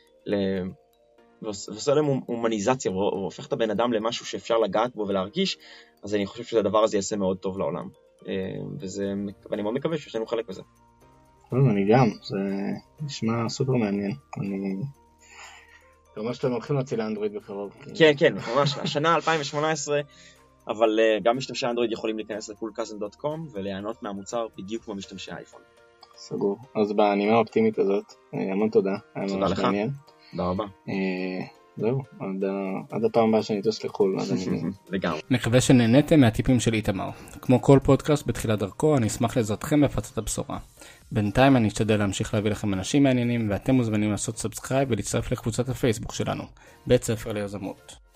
ועושה להם הומניזציה, והופך את הבן אדם למשהו שאפשר לגעת בו ולהרגיש, אז אני חושב שהדבר הזה יעשה מאוד טוב לעולם. ואני מאוד מקווה שיש לנו חלק בזה. אני גם, זה נשמע סופר מעניין. אתה אומר שאתם הולכים להוציא לאנדרואיד בקרוב. כן, ממש, השנה 2018, אבל גם משתמשי אנדרואיד יכולים להיכנס ל-coolcastle.com וליהנות מהמוצר בדיוק כמו משתמשי אייפון. סגור. אז בנימה האופטימית הזאת, המון תודה. תודה לך. תודה רבה. זהו, עד הפעם הבאה שאני טוס לחול. לגמרי. מקווה שנהניתם מהטיפים של איתמר. כמו כל פודקאסט בתחילת דרכו, אני אשמח לעזרתכם בהפצת הבשורה. בינתיים אני אשתדל להמשיך להביא לכם אנשים מעניינים, ואתם מוזמנים לעשות סאבסקרייב ולהצטרף לקבוצת הפייסבוק שלנו, בית ספר ליזמות.